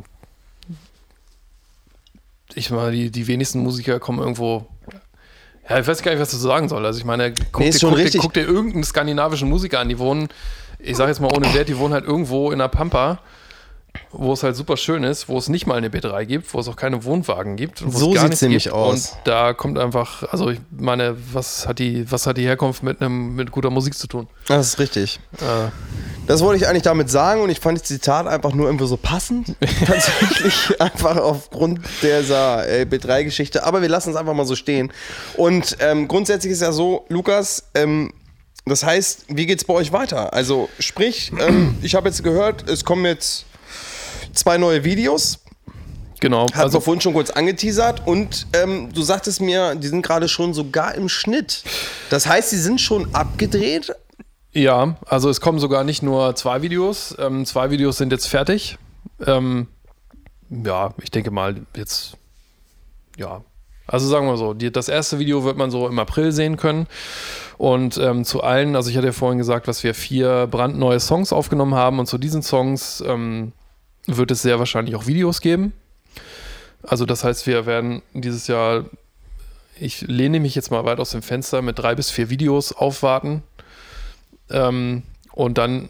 ich meine, die, die wenigsten Musiker kommen irgendwo. Ja, ich weiß gar nicht, was ich dazu sagen soll. Also, ich meine, guck, nee, dir, guck, dir, guck dir irgendeinen skandinavischen Musiker an, die wohnen, ich sag jetzt mal ohne Wert, die wohnen halt irgendwo in der Pampa, wo es halt super schön ist, wo es nicht mal eine B drei gibt, wo es auch keine Wohnwagen gibt. Wo so es gar sieht es nämlich gibt. aus. Und da kommt einfach, also ich meine, was hat die, was hat die Herkunft mit einem, mit guter Musik zu tun? Das ist richtig. Äh, Das wollte ich eigentlich damit sagen und ich fand das Zitat einfach nur irgendwie so passend. Tatsächlich einfach aufgrund dieser äh, B drei Geschichte. Aber wir lassen es einfach mal so stehen. Und ähm, grundsätzlich ist ja so, Lukas, ähm, das heißt, wie geht's bei euch weiter? Also sprich, ähm, ich habe jetzt gehört, es kommen jetzt zwei neue Videos. Genau. Hat also vorhin schon kurz angeteasert und ähm, du sagtest mir, die sind gerade schon sogar im Schnitt. Das heißt, die sind schon abgedreht? Ja, also es kommen sogar nicht nur zwei Videos. Ähm, zwei Videos sind jetzt fertig. Ähm, ja, ich denke mal jetzt, ja, also sagen wir so, die, das erste Video wird man so im April sehen können. Und ähm, zu allen, also ich hatte ja vorhin gesagt, dass wir vier brandneue Songs aufgenommen haben und zu diesen Songs ähm, wird es sehr wahrscheinlich auch Videos geben. Also das heißt, wir werden dieses Jahr, ich lehne mich jetzt mal weit aus dem Fenster, mit drei bis vier Videos aufwarten. Ähm, und dann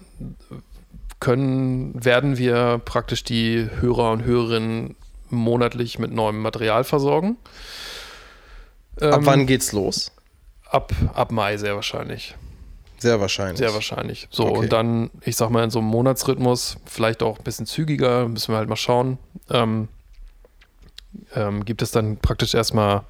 können, werden wir praktisch die Hörer und Hörerinnen monatlich mit neuem Material versorgen. Ähm, ab wann geht's los? Ab, ab Mai sehr wahrscheinlich. Sehr wahrscheinlich. Sehr wahrscheinlich. So, okay. Und dann, ich sag mal, in so einem Monatsrhythmus, vielleicht auch ein bisschen zügiger, müssen wir halt mal schauen, ähm, ähm, gibt es dann praktisch erstmal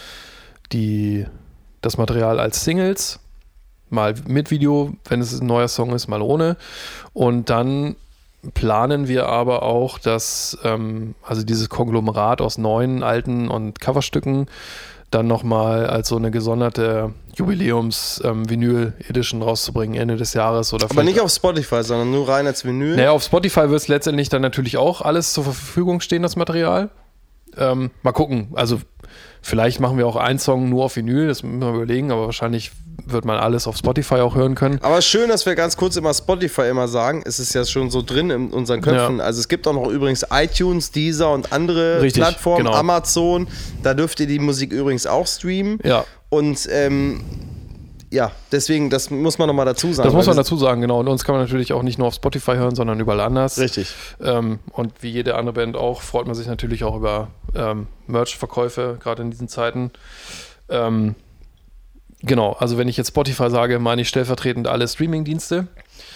die, das Material als Singles, mal mit Video, wenn es ein neuer Song ist, mal ohne. Und dann planen wir aber auch, dass ähm, also dieses Konglomerat aus neuen, alten und Coverstücken dann nochmal als so eine gesonderte Jubiläums-Vinyl-Edition ähm, rauszubringen, Ende des Jahres. Oder aber nicht auf Spotify, sondern nur rein als Vinyl? Naja, auf Spotify wird es letztendlich dann natürlich auch alles zur Verfügung stehen, das Material. Ähm, mal gucken, also vielleicht machen wir auch einen Song nur auf Vinyl, das müssen wir überlegen, aber wahrscheinlich wird man alles auf Spotify auch hören können. Aber schön, dass wir ganz kurz immer Spotify immer sagen, es ist ja schon so drin in unseren Köpfen. Ja. Also es gibt auch noch übrigens iTunes, Deezer und andere Richtig, Plattformen, genau. Amazon, da dürft ihr die Musik übrigens auch streamen. Ja. Und ähm, ja, deswegen, das muss man nochmal dazu sagen. Das muss man dazu sagen, genau. Und uns kann man natürlich auch nicht nur auf Spotify hören, sondern überall anders. Richtig. Ähm, und wie jede andere Band auch, freut man sich natürlich auch über ähm, Merch-Verkäufe, gerade in diesen Zeiten. Ähm, genau, also wenn ich jetzt Spotify sage, meine ich stellvertretend alle Streaming-Dienste.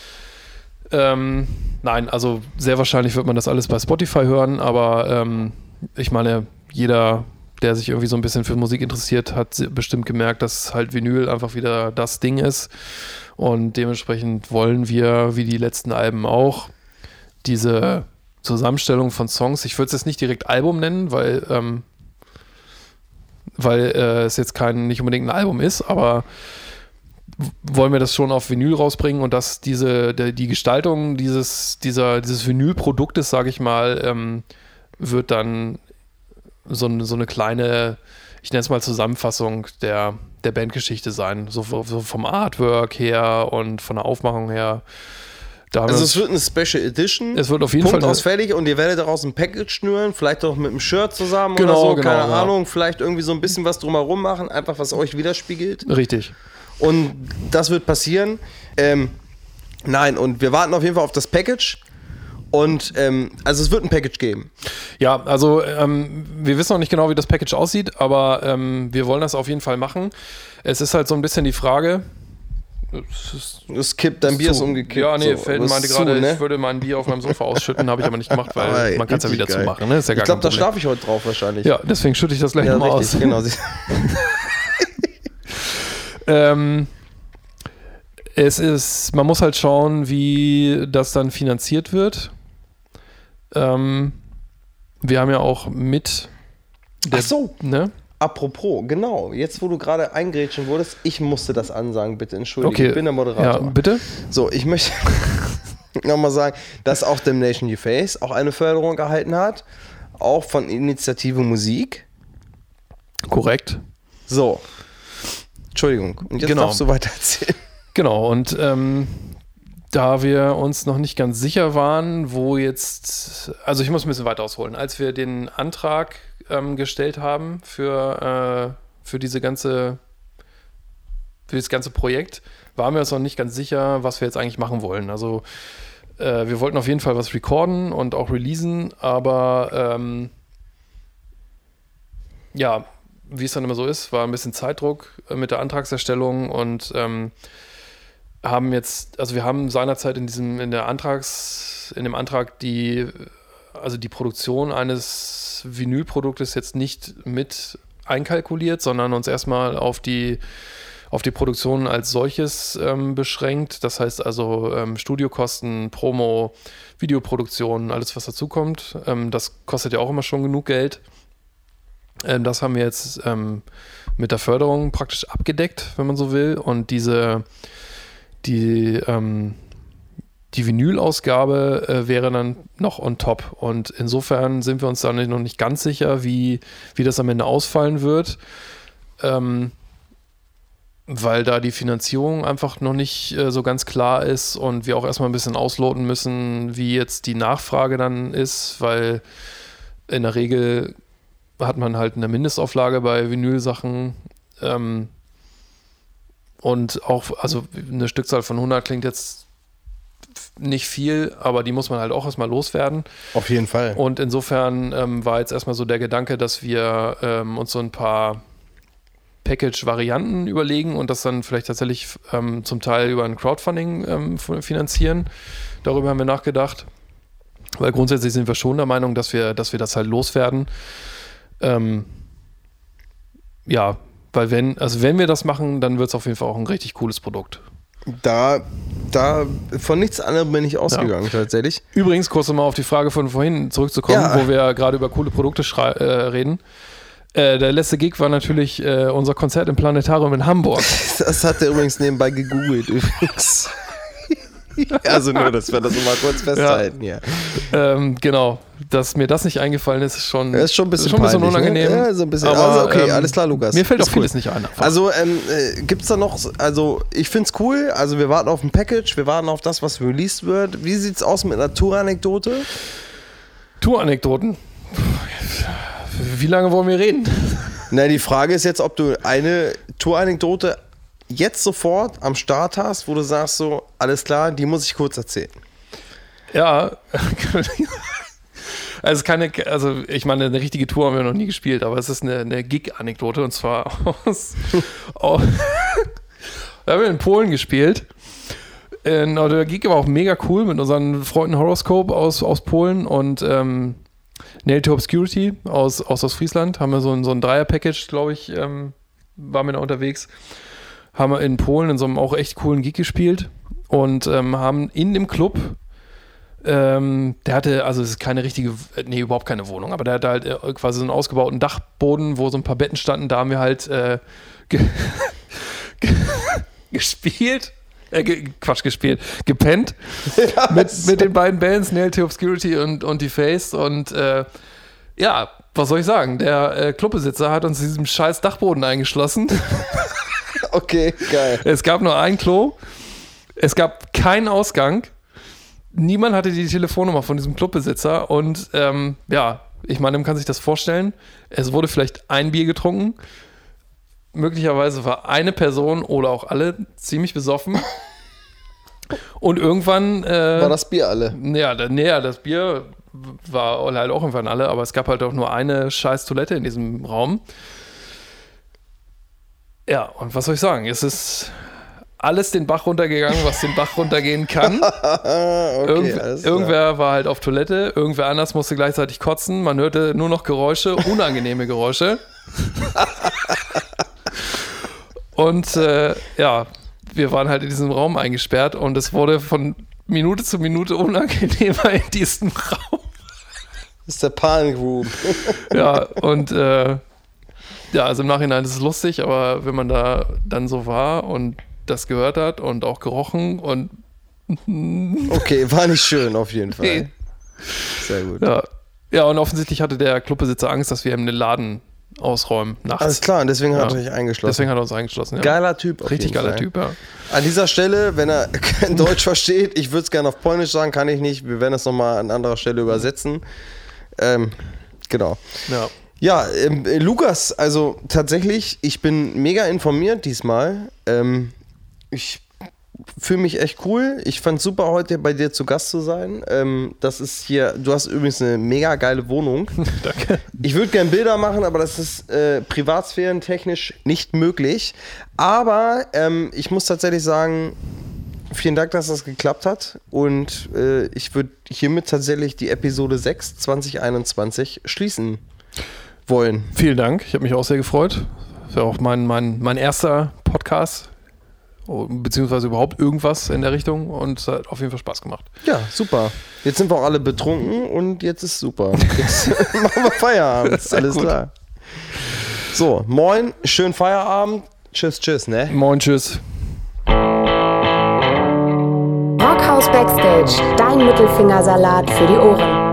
Ähm, nein, also sehr wahrscheinlich wird man das alles bei Spotify hören, aber ähm, ich meine, jeder der sich irgendwie so ein bisschen für Musik interessiert, hat bestimmt gemerkt, dass halt Vinyl einfach wieder das Ding ist. Und dementsprechend wollen wir, wie die letzten Alben auch, diese Zusammenstellung von Songs, ich würde es jetzt nicht direkt Album nennen, weil, ähm, weil äh, es jetzt kein, nicht unbedingt ein Album ist, aber wollen wir das schon auf Vinyl rausbringen und dass diese, der, die Gestaltung dieses, dieser, dieses Vinylproduktes, sage ich mal, ähm, wird dann so, so eine kleine, ich nenne es mal Zusammenfassung der, der Bandgeschichte sein. So, so vom Artwork her und von der Aufmachung her. Da also es wird eine Special Edition. Es wird auf jeden Punkt Fall aus fertig und ihr werdet daraus ein Package schnüren, vielleicht auch mit einem Shirt zusammen genau, oder so, genau, keine ja. Ahnung, vielleicht irgendwie so ein bisschen was drumherum machen, einfach was euch widerspiegelt. Richtig. Und das wird passieren. Ähm, nein, und wir warten auf jeden Fall auf das Package. Und ähm, also es wird ein Package geben. Ja, also ähm, wir wissen noch nicht genau, wie das Package aussieht, aber ähm, wir wollen das auf jeden Fall machen. Es ist halt so ein bisschen die Frage. Es kippt, dein Bier ist zu. umgekippt. Ja, nee, so. Felden meinte zu, gerade, ne? ich würde mein Bier auf meinem Sofa ausschütten, habe ich aber nicht gemacht, weil Aber, ey, man kann es ja wieder geil. zumachen. Ne? Ist ja gar ich glaube, da kein Problem. schlafe ich heute drauf wahrscheinlich. Ja, deswegen schütte ich das gleich ja, nochmal richtig, aus. Genau. ähm, es ist, man muss halt schauen, wie das dann finanziert wird. Ähm, wir haben ja auch mit der, Ach so. Ne? Apropos, genau, jetzt wo du gerade eingrätschen wurdest, ich musste das ansagen, bitte, entschuldige, Okay. ich bin der Moderator. Ja, bitte? So, ich möchte nochmal sagen, dass auch Damnation You Face auch eine Förderung erhalten hat, auch von Initiative Musik. Korrekt. So, Entschuldigung, und jetzt Genau. darfst du weiter erzählen. Genau, und ähm, da wir uns noch nicht ganz sicher waren, wo jetzt, also ich muss ein bisschen weiter ausholen, als wir den Antrag ähm, gestellt haben für, äh, für diese ganze, für das ganze Projekt, waren wir uns noch nicht ganz sicher, was wir jetzt eigentlich machen wollen. Also äh, wir wollten auf jeden Fall was recorden und auch releasen, aber ähm, ja, wie es dann immer so ist, war ein bisschen Zeitdruck äh, mit der Antragserstellung und ähm, haben jetzt, also wir haben seinerzeit in diesem, in der Antrags, in dem Antrag die, also die Produktion eines Vinylproduktes jetzt nicht mit einkalkuliert, sondern uns erstmal auf die, auf die Produktion als solches ähm, beschränkt. Das heißt also ähm, Studiokosten, Promo, Videoproduktion, alles was dazukommt. Ähm, das kostet ja auch immer schon genug Geld. Ähm, das haben wir jetzt ähm, mit der Förderung praktisch abgedeckt, wenn man so will. Und diese Die, ähm, die Vinyl-Ausgabe äh, wäre dann noch on top. Und insofern sind wir uns da noch nicht ganz sicher, wie, wie das am Ende ausfallen wird, ähm, weil da die Finanzierung einfach noch nicht äh, so ganz klar ist und wir auch erstmal ein bisschen ausloten müssen, wie jetzt die Nachfrage dann ist, weil in der Regel hat man halt eine Mindestauflage bei Vinyl-Sachen. Ähm, Und auch, also eine Stückzahl von hundert klingt jetzt nicht viel, aber die muss man halt auch erstmal loswerden. Auf jeden Fall. Und insofern ähm, war jetzt erstmal so der Gedanke, dass wir ähm, uns so ein paar Package-Varianten überlegen und das dann vielleicht tatsächlich ähm, zum Teil über ein Crowdfunding ähm, finanzieren. Darüber haben wir nachgedacht. Weil grundsätzlich sind wir schon der Meinung, dass wir, dass wir das halt loswerden. Ähm, ja, Weil wenn, also wenn wir das machen, dann wird es auf jeden Fall auch ein richtig cooles Produkt. Da, da von nichts anderem bin ich ausgegangen, ja. tatsächlich. Übrigens, kurz nochmal auf die Frage von vorhin zurückzukommen, Ja. wo wir gerade über coole Produkte schrei- äh, reden. Äh, der letzte Gig war natürlich äh, unser Konzert im Planetarium in Hamburg. Das hat er übrigens nebenbei gegoogelt, übrigens. Also nur, dass wir das mal kurz festhalten, ja. ja. Ähm, genau. Dass mir das nicht eingefallen ist, ist schon, Das ist schon ein bisschen, ist schon ein bisschen peinlich, unangenehm. Ne? Ja, so ein bisschen. Aber, also okay, ähm, alles klar, Lukas. Mir fällt auch Ist cool. vieles nicht ein. Einfach. Also ähm, äh, gibt es da noch, also ich finde es cool, also wir warten auf ein Package, wir warten auf das, was released wird. Wie sieht es aus mit einer Tour-Anekdote? Tour-Anekdoten. Wie lange wollen wir reden? Na, die Frage ist jetzt, ob du eine Tour-Anekdote jetzt sofort am Start hast, wo du sagst so, alles klar, die muss ich kurz erzählen. Ja, also keine, also ich meine, eine richtige Tour haben wir noch nie gespielt, aber es ist eine, eine Gig-Anekdote und zwar aus, aus da haben wir in Polen gespielt. In, der Gig war auch mega cool mit unseren Freunden Horoscope aus, aus Polen und ähm, Nail to Obscurity aus, aus Ostfriesland. Haben wir so ein, so ein Dreier-Package, glaube ich, ähm, waren wir da unterwegs. Haben wir in Polen in so einem auch echt coolen Gig gespielt und ähm, haben in dem Club, ähm, der hatte, also es ist keine richtige, nee, überhaupt keine Wohnung, aber der hatte halt äh, quasi so einen ausgebauten Dachboden, wo so ein paar Betten standen. Da haben wir halt äh, ge- ge- gespielt. Äh, ge- Quatsch, gespielt, gepennt Ja, mit, mit den beiden Bands, Nail to Obscurity und, und Defaced und äh, ja, was soll ich sagen, der äh, Clubbesitzer hat uns in diesem scheiß Dachboden eingeschlossen. Okay, geil. Es gab nur ein Klo, es gab keinen Ausgang, niemand hatte die Telefonnummer von diesem Clubbesitzer und ähm, ja, ich meine, man kann sich das vorstellen, es wurde vielleicht ein Bier getrunken, möglicherweise war eine Person oder auch alle ziemlich besoffen. Und irgendwann. Äh, War das Bier alle? Ja, da, nee, ja, das Bier war halt auch irgendwann alle, aber es gab halt auch nur eine scheiß Toilette in diesem Raum. Ja, und was soll ich sagen? Es ist alles den Bach runtergegangen, was den Bach runtergehen kann. okay, Irgendw- alles klar. irgendwer war halt auf Toilette, irgendwer anders musste gleichzeitig kotzen. Man hörte nur noch Geräusche, unangenehme Geräusche. Und äh, ja, wir waren halt in diesem Raum eingesperrt und es wurde von Minute zu Minute unangenehmer in diesem Raum. Das ist der Panic Room. Ja, und äh, ja, also im Nachhinein ist es lustig, aber wenn man da dann so war und das gehört hat und auch gerochen und Okay, war nicht schön auf jeden Fall. Nee. Sehr gut. ja, ja, und offensichtlich hatte der Clubbesitzer Angst, dass wir ihm den Laden ausräumen nachts. Alles klar, und deswegen Ja. hat er sich eingeschlossen. Deswegen hat er uns eingeschlossen. Ja. Geiler Typ. auf Richtig jeden geiler Fall. Typ, ja. An dieser Stelle, wenn er kein Deutsch versteht, ich würde es gerne auf Polnisch sagen, kann ich nicht. Wir werden es nochmal an anderer Stelle übersetzen. Ähm, genau. Ja. Ja, ähm, äh, Lukas, also tatsächlich, ich bin mega informiert diesmal. Ähm, ich fühle mich echt cool. Ich fand es super, heute bei dir zu Gast zu sein. Ähm, das ist hier, du hast übrigens eine mega geile Wohnung. Danke. Ich würde gerne Bilder machen, aber das ist äh, privatsphärentechnisch nicht möglich. Aber ähm, ich muss tatsächlich sagen, vielen Dank, dass das geklappt hat. Und äh, ich würde hiermit tatsächlich die Episode sechs zwanzig einundzwanzig schließen wollen. Vielen Dank, ich habe mich auch sehr gefreut. Das war auch mein, mein, mein erster Podcast, beziehungsweise überhaupt irgendwas in der Richtung und es hat auf jeden Fall Spaß gemacht. Ja, super. Jetzt sind wir auch alle betrunken und jetzt ist super. Jetzt machen wir Feierabend. Sehr Alles gut. klar. So, moin, schönen Feierabend. Tschüss, tschüss, ne? Moin, tschüss. Rockhaus Backstage, dein Mittelfingersalat für die Ohren.